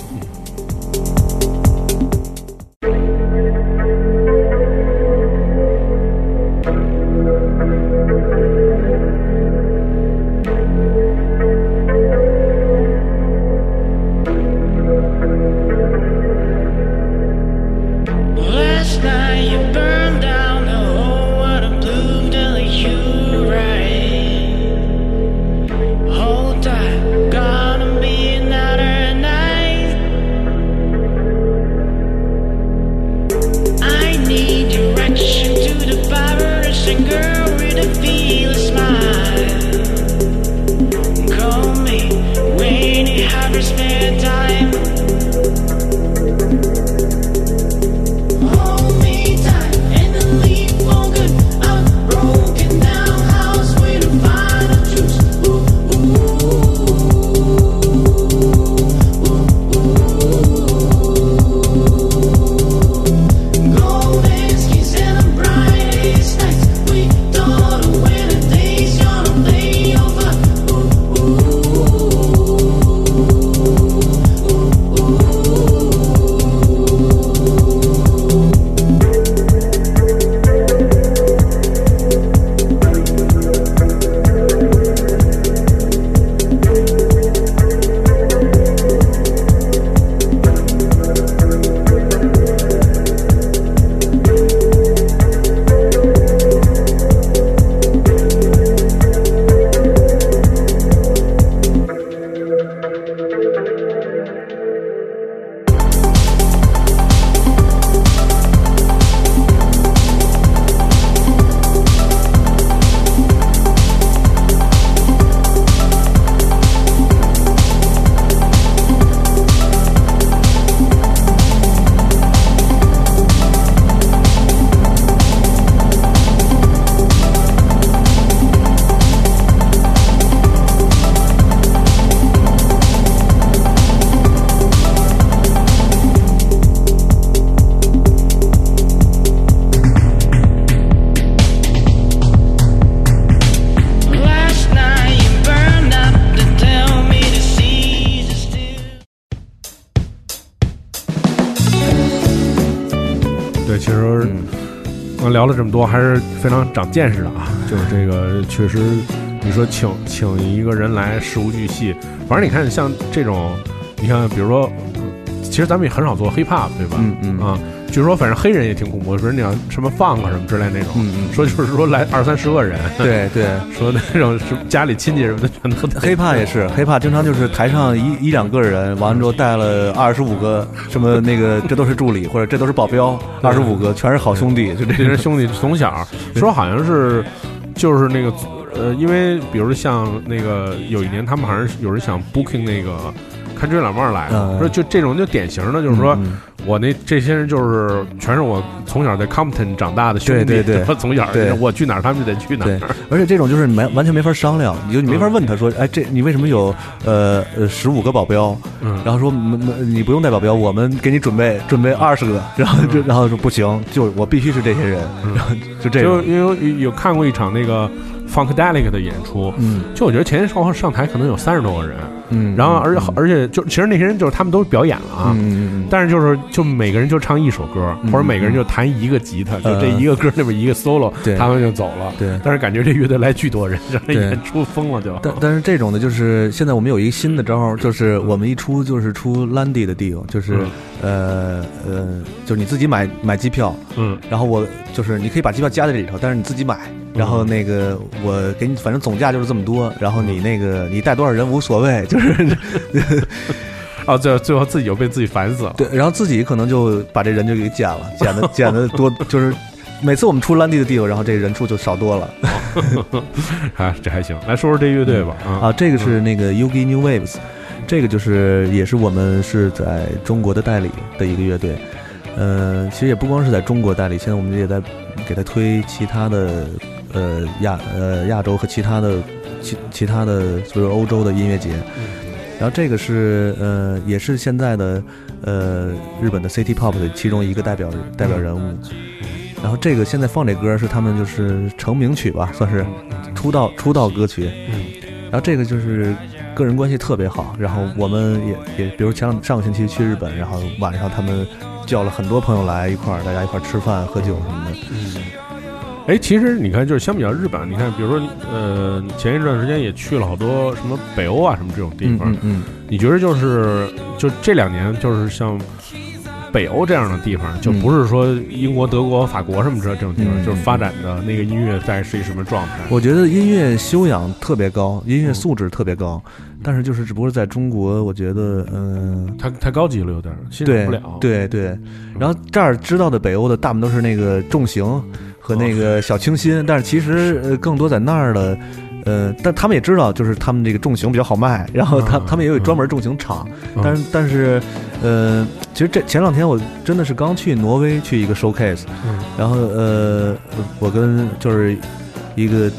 聊了这么多，还是非常长见识的啊！就是这个，确实，你说请一个人来事无巨细，反正你看像这种，你看，比如说，其实咱们也很少做 hip hop， 对吧？据说反正黑人也挺恐怖，说你要什么funk什么之类那种，说就是说来20、30个人， 对， 说那种是家里亲戚什么的全都。 黑怕也是，黑怕经常就是台上一两个人，完了之后带了25个什么那个，这都是助理或者这都是保镖，25个全是好兄弟，就这些兄弟从小说好像是就是那个因为比如像那个有一年他们好像有人想 booking 那个看追老妹儿来的，说就这种就典型的，就是说我这些人就是全是我从小在 Compton 长大的兄弟， 对， 从小我去哪儿他们就得去哪儿， 而且这种就是完全没法商量，你没法问他说，哎，这你为什么有15个保镖？然后说你不用带保镖，我们给你准备20个，然后说不行，就我必须是这些人，然后就这种。 就因为有看过一场那个 Funkadelic 的演出，就我觉得前后上台可能有30多个人，然后而且就其实那些人就是他们都表演了啊，但是就每个人就唱一首歌，或者每个人就弹一个吉他，就这一个歌那边一个 solo，他们就走了。 对， 但是感觉这乐队来巨多人，让这演出疯了就。 但是这种的就是现在我们有一个新的招，就是我们一出就是出 Landy 的 deal， 就是就是你自己买机票，然后我就是你可以把机票加在这里头，但是你自己买。然后那个我给你，反正总价就是这么多。然后你那个你带多少人无所谓，就是哦，最后自己就被自己烦死了。 对，然后自己可能就把这人就给减了，减的多，就是每次我们出Landy的 deal，然后这人数就少多了。 啊，这还行。来说说这乐队吧。 这个是那个 Yugi New Waves， 这个就是也是我们是在中国的代理的一个乐队。其实也不光是在中国代理，现在我们也在给他推其他的亚洲和其他的就是欧洲的音乐节。然后这个是也是现在的日本的 City Pop 的其中一个代表人物。然后这个现在放这歌是他们就是成名曲吧，算是出道歌曲。然后这个就是个人关系特别好，然后我们也比如上个星期去日本，然后晚上他们叫了很多朋友来大家一块吃饭喝酒什么的。 其实你看，就是相比较日本，你看，比如说前一段时间也去了好多什么北欧啊什么这种地方，你觉得就这2年就是像北欧这样的地方，就不是说英国、德国、法国什么这种地方，就是发展的那个音乐在是一什么状态？ 我觉得音乐修养特别高，音乐素质特别高，但是就是只不过在中国，我觉得太高级了，有点欣赏不了。 对。然后这儿知道的北欧的大部分都是那个重型和那个小清新，但是其实更多在那儿的。但他们也知道，就是他们这个重型比较好卖，然后他们也有专门重型厂，但是其实前2天我真的是刚去挪威去一个 showcase，然后我跟就是一个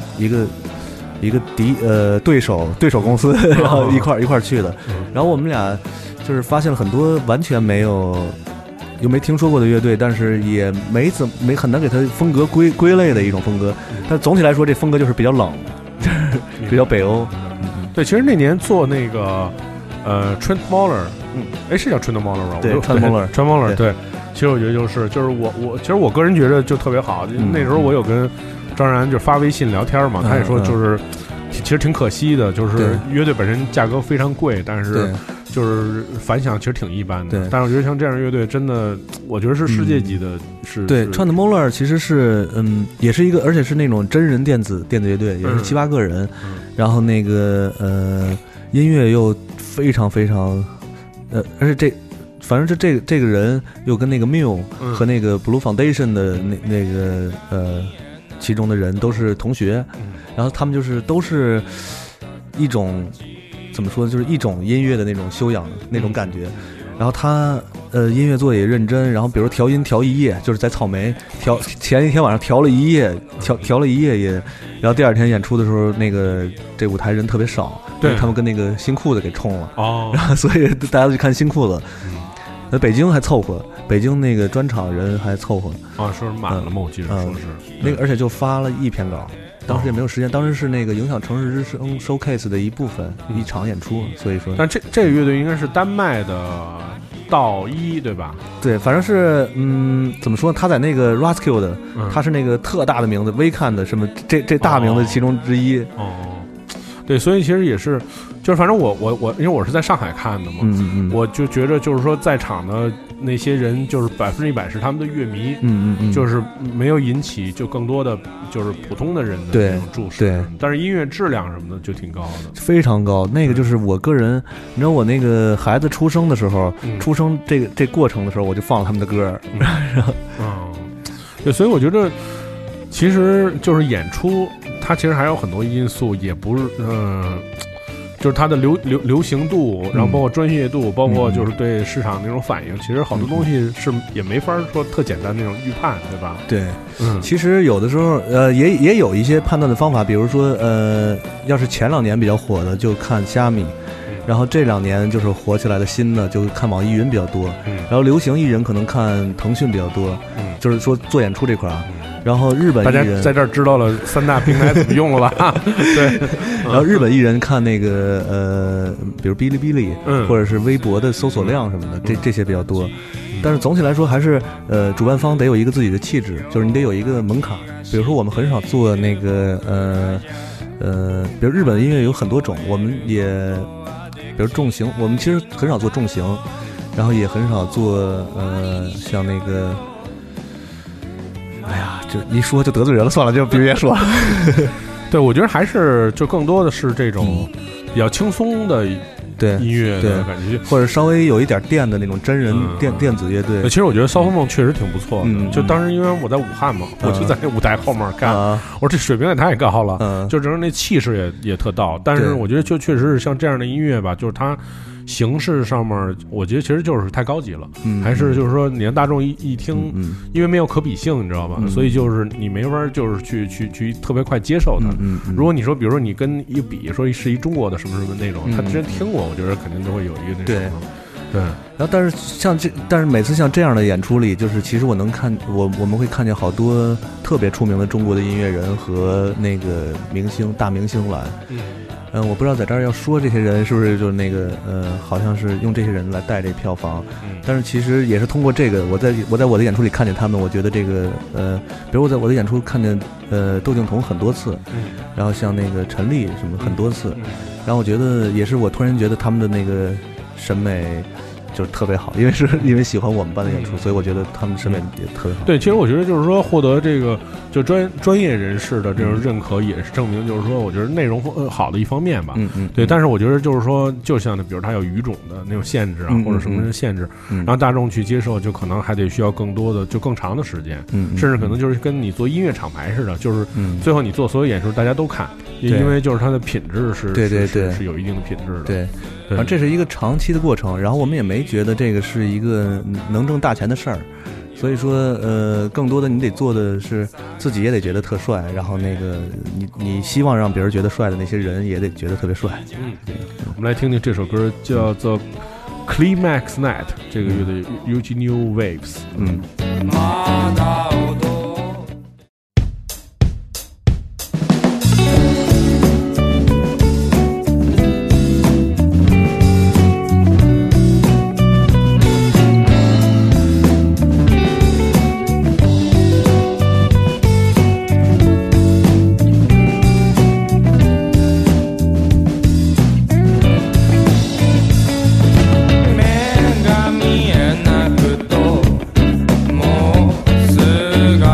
对手公司，然后一块去的，然后我们俩就是发现了很多完全没听说过的乐队，但是也很难给它风格归类的一种风格，但总体来说这风格就是比较冷。比较北欧。 对，其实那年做那个Trent Moller， 是叫 Trent Moller 吧？ 对，Trent Moller， 对。其实我觉得就是其实我个人觉得就特别好。那时候我有跟张然就发微信聊天嘛，他也说就是其实挺可惜的，就是乐队本身价格非常贵，但是就是反响其实挺一般的。但是我觉得像这样乐队真的，我觉得是世界级的。 对，Trent Moller 其实是也是一个，而且是那种真人电子乐队，也是7、8个人，然后那个音乐又非常非常而且反正这个人又跟那个 Mew 和那个 Blue Foundation 的那个其中的人都是同学，然后他们就是都是一种怎么说呢，就是一种音乐的那种修养那种感觉。然后他音乐做也认真，然后比如调音调1夜，就是在草莓前一天晚上调了1夜，调了1夜也，然后第2天演出的时候，那个这舞台人特别少，对，他们跟那个新裤子给冲了然后所以大家都去看新裤子。那北京还凑合，北京那个专场人还凑合说是满了吗？我记得说是那个，而且就发了1篇稿。当时也没有时间，当时是那个影响城市之声 showcase 的一部分，一场演出，所以说。 但这个乐队应该是丹麦的道一，对吧？ 对，反正是怎么说呢？他在那个 Roskilde 的，他是那个特大的名字 ，Weekend 的什么这大名字其中之一。 对，所以其实也是，就是反正我因为我是在上海看的嘛，我就觉得就是说在场的那些人就是100%是他们的乐迷，就是没有引起就更多的就是普通的人的那种注视，对，但是音乐质量什么的就挺高的， 非常高。那个就是我个人，你知道我那个孩子出生的时候，出生这过程的时候，我就放了他们的歌，然后对，所以我觉得其实就是演出。它其实还有很多因素，也不是就是它的流行度，然后包括专业度，包括就是对市场那种反应，其实好多东西是也没法说特简单那种预判，对吧？ 对，其实有的时候也有一些判断的方法，比如说要是前2年比较火的就看虾米。然后这2年就是火起来的新的，就看网易云比较多。然后流行艺人可能看腾讯比较多。就是说做演出这块啊。然后日本艺人， 大家在这儿知道了3大平台怎么用了吧？对。 然后日本艺人看那个比如哔哩哔哩，或者是微博的搜索量什么的，这些比较多。但是总体来说，还是主办方得有一个自己的气质，就是你得有一个门槛。比如说我们很少做那个比如日本音乐有很多种，我们也。比如重型，我们其实很少做重型，然后也很少做像那个，哎呀，就一说就得罪人了，算了，就别说了。 对，我觉得还是就更多的是这种比较轻松的音乐的感觉， 或者稍微有一点电的那种真人电子乐队。 其实我觉得骚风梦确实挺不错的。就当时因为我在武汉嘛，我就在那舞台后面看，我说这水平也太高了，就整个那气势也特到。但是我觉得就确实是像这样的音乐吧，就是它形式上面，我觉得其实就是太高级了，还是就是说你让大众一听，因为没有可比性，你知道吧？所以就是你没法就是去特别快接受它。如果你说比如说你跟一比说是一中国的什么什么那种，他之前听过，我觉得肯定都会有一个那种。对， 然后但是每次像这样的演出里，就是其实我能看我们会看见好多特别出名的中国的音乐人和那个大明星来。我不知道在这儿要说这些人是不是就是那个好像是用这些人来带这票房，但是其实也是通过这个，我在我的演出里看见他们，我觉得这个比如我在我的演出看见窦靖童很多次，然后像那个陈粒什么很多次，然后我觉得也是我突然觉得他们的那个审美就是特别好，因为喜欢我们班的演出，所以我觉得他们审美也特别好。 对，其实我觉得就是说获得这个就专业人士的这种认可，也是证明就是说我觉得内容好的一方面吧。对，但是我觉得就是说，就像比如它有语种的那种限制啊，或者什么的限制，让大众去接受，就可能还得需要更多的就更长的时间，甚至可能就是跟你做音乐厂牌似的，就是最后你做所有演出大家都看，因为就是它的品质是是有一定的品质的。 对。然后这是一个长期的过程，然后我们也没觉得这个是一个能挣大钱的事儿，所以说更多的你得做的是自己也得觉得特帅，然后那个你希望让别人觉得帅的那些人也得觉得特别帅。 我们来听听这首歌，叫做 Climax Night， 这个乐队 New Waves。 目が見えなくとも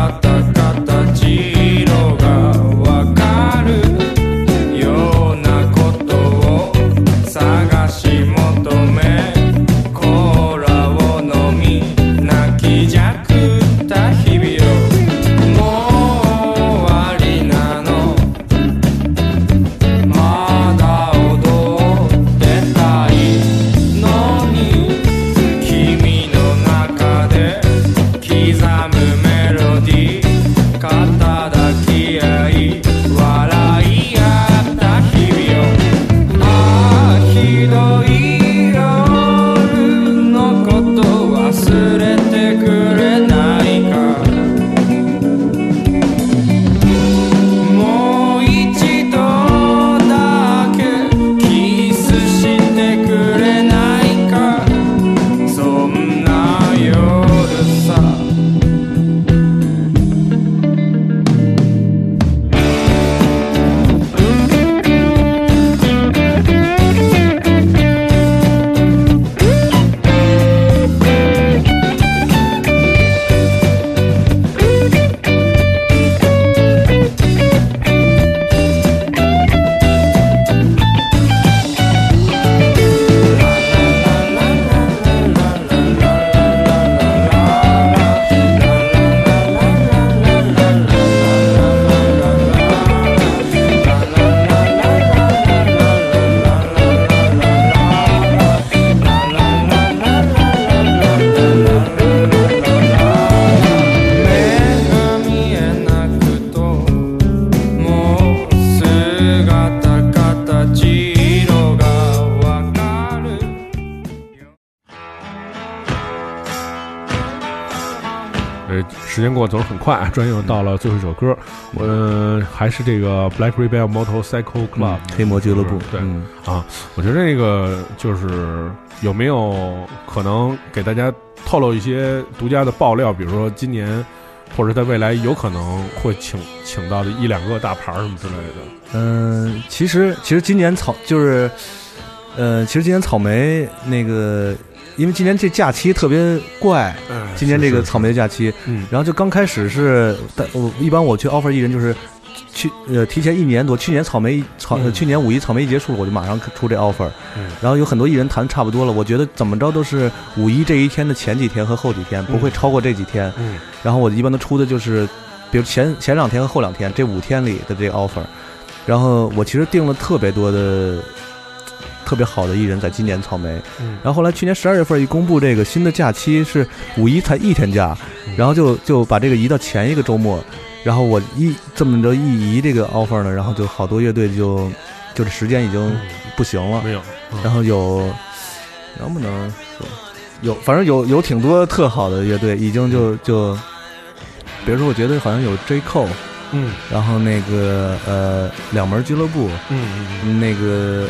时间过得总是很快，转眼又到了最后一首歌，还是这个 Black Rebel Motorcycle Club、 黑魔俱乐部。 对、我觉得这个就是有没有可能给大家透露一些独家的爆料，比如说今年或者在未来有可能会请到的1-2个大牌什么之类的。 其实今年其实今年草莓那个，因为今年这假期特别怪，今年这个草莓的假期，然后就刚开始是，一般我去 offer 艺人就是提前1年多，去年去年5一草莓一结束了，我就马上出这 offer，然后有很多艺人谈差不多了，我觉得怎么着都是5一这一天的前几天和后几天，不会超过这几天，然后我一般都出的就是，比如前2天和后2天这5天里的这个 offer，然后我其实定了特别多的。特别好的艺人在今年草莓，然后后来去年12月份一公布这个新的假期是5一才1天假，然后就把这个移到前一个周末，然后我这么着一移这个 offer 呢，然后就好多乐队就这时间已经不行了， 没有， 然后能不能说反正有挺多特好的乐队已经就比如说我觉得好像有 J Cole。然后那个两门俱乐部，那个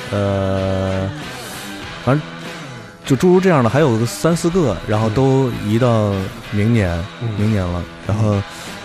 反正就诸如这样的还有个3-4个，然后都移到明年了。然后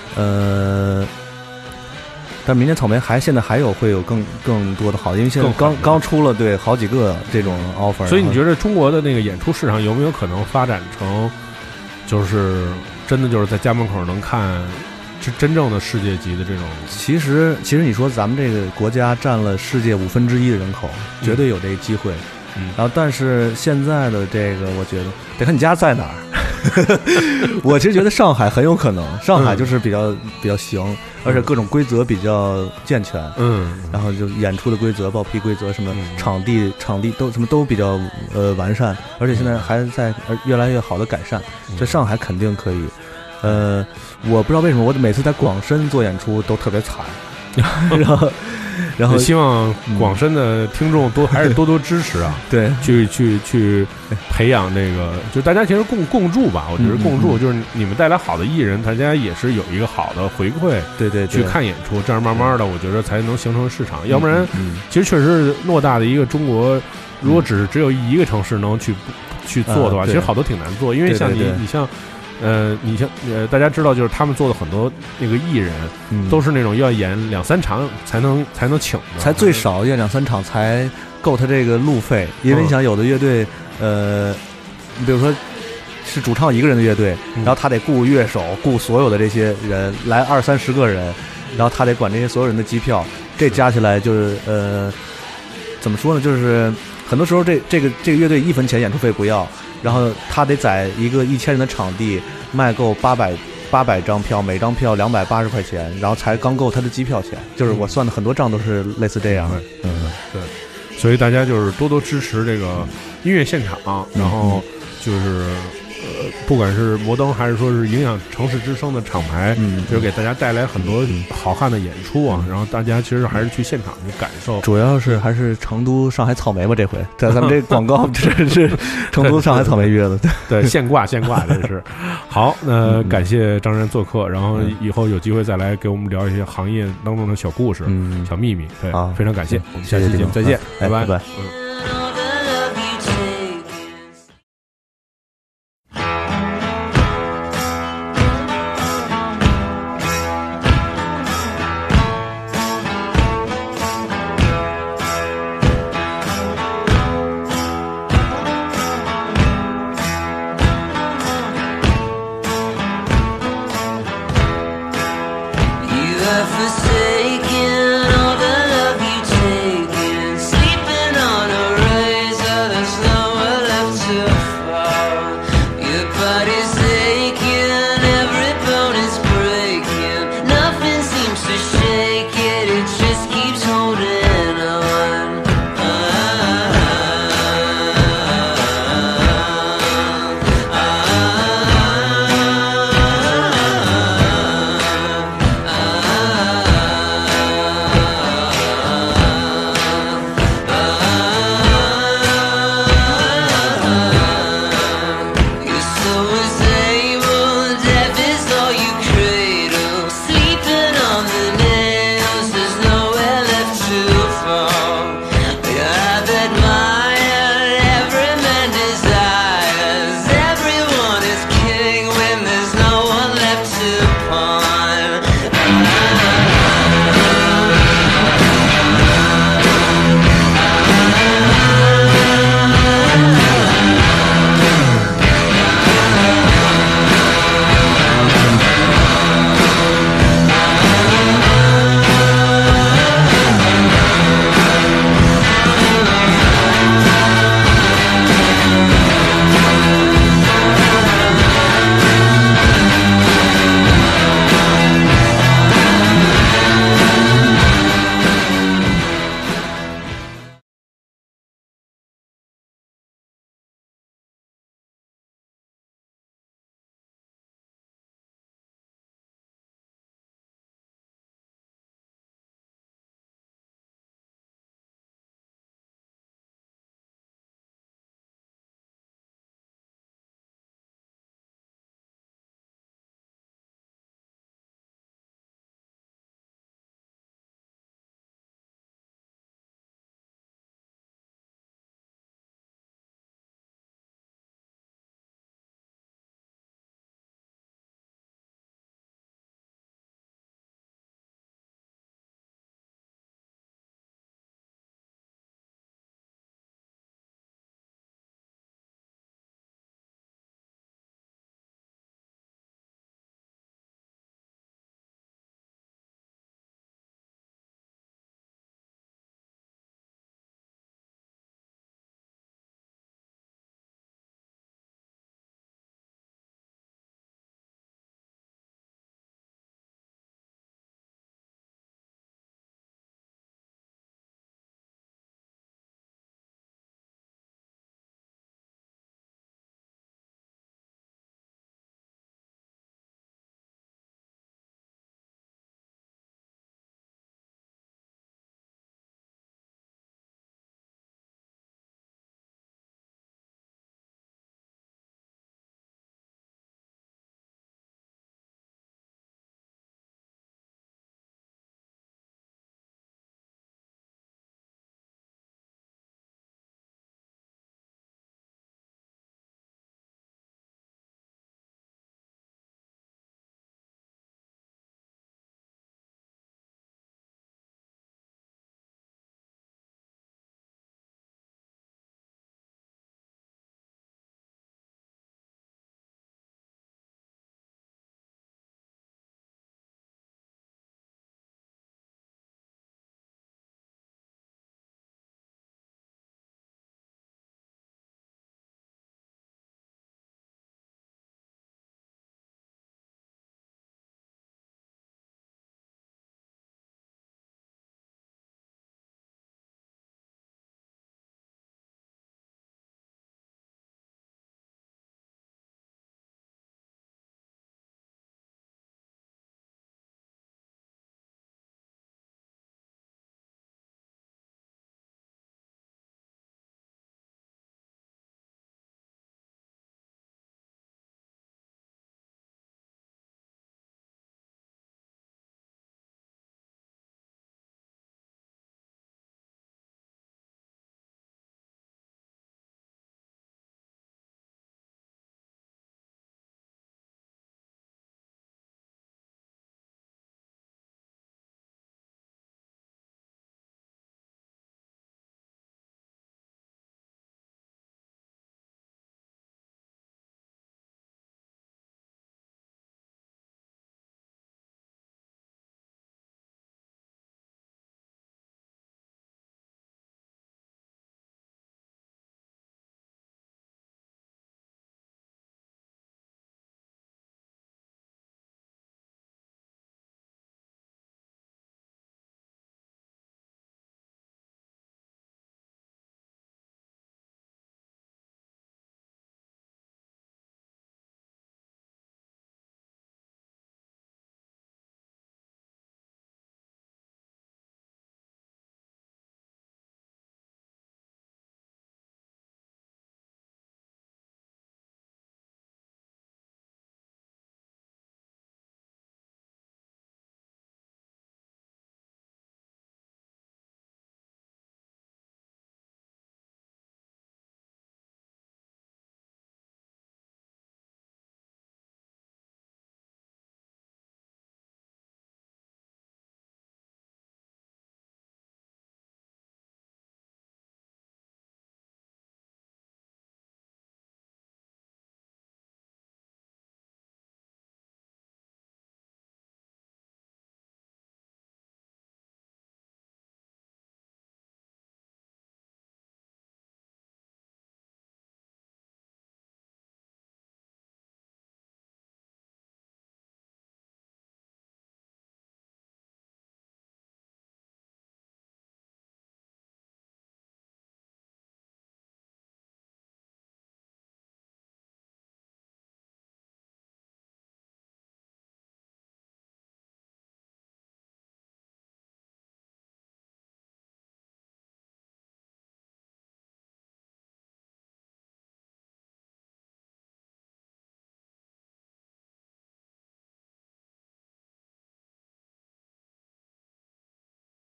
但明年草莓现在会有更多的好，因为现在刚出了对好几个这种 offer。 所以你觉得中国的那个演出市场有没有可能发展成，就是真的就是在家门口能看？是真正的世界级的这种。 其实你说咱们这个国家占了世界1/5的人口，绝对有这个机会。然后但是现在的这个，我觉得得看你家在哪儿。我其实觉得上海很有可能，上海就是比较行，而且各种规则比较健全。然后就演出的规则、报批规则什么，场地都什么都比较完善，而且现在还在越来越好的改善。在上海肯定可以。我不知道为什么我每次在广深做演出都特别惨，然后希望广深的听众还是多支持啊， 对， 去培养这个，就大家其实共筑吧，我觉得共筑就是你们带来好的艺人，大家也是有一个好的回馈， 对， 去看演出，这样慢慢的我觉得才能形成市场，要不然其实确实是偌大的一个中国，如果只有一个城市能去做的话，其实好多挺难做，因为像你像。你像大家知道，就是他们做的很多那个艺人，都是那种要演2-3场才能请的， 才最少演2-3场才够他这个路费。因为你想，有的乐队，比如说是主唱一个人的乐队，然后他得雇乐手，雇所有的这些人来20-30个人，然后他得管这些所有人的机票，这加起来就是怎么说呢？就是很多时候这个乐队1分钱演出费不要。然后他得在一个1000人的场地卖够800张票，每张票280块钱，然后才刚够他的机票钱。就是我算的很多账都是类似这样的。 对，所以大家就是多支持这个音乐现场，然后就是不管是摩登还是说是影响城市之声的厂牌，就是给大家带来很多好看的演出啊。然后大家其实还是去现场去感受， 主要是还是成都、上海草莓吧。这回在咱们这广告这是成都、上海草莓约的， 对，现挂这是。好，那感谢张然做客，然后以后有机会再来给我们聊一些行业当中的小故事、小秘密。对，非常感谢，我们下期节目再见，拜拜。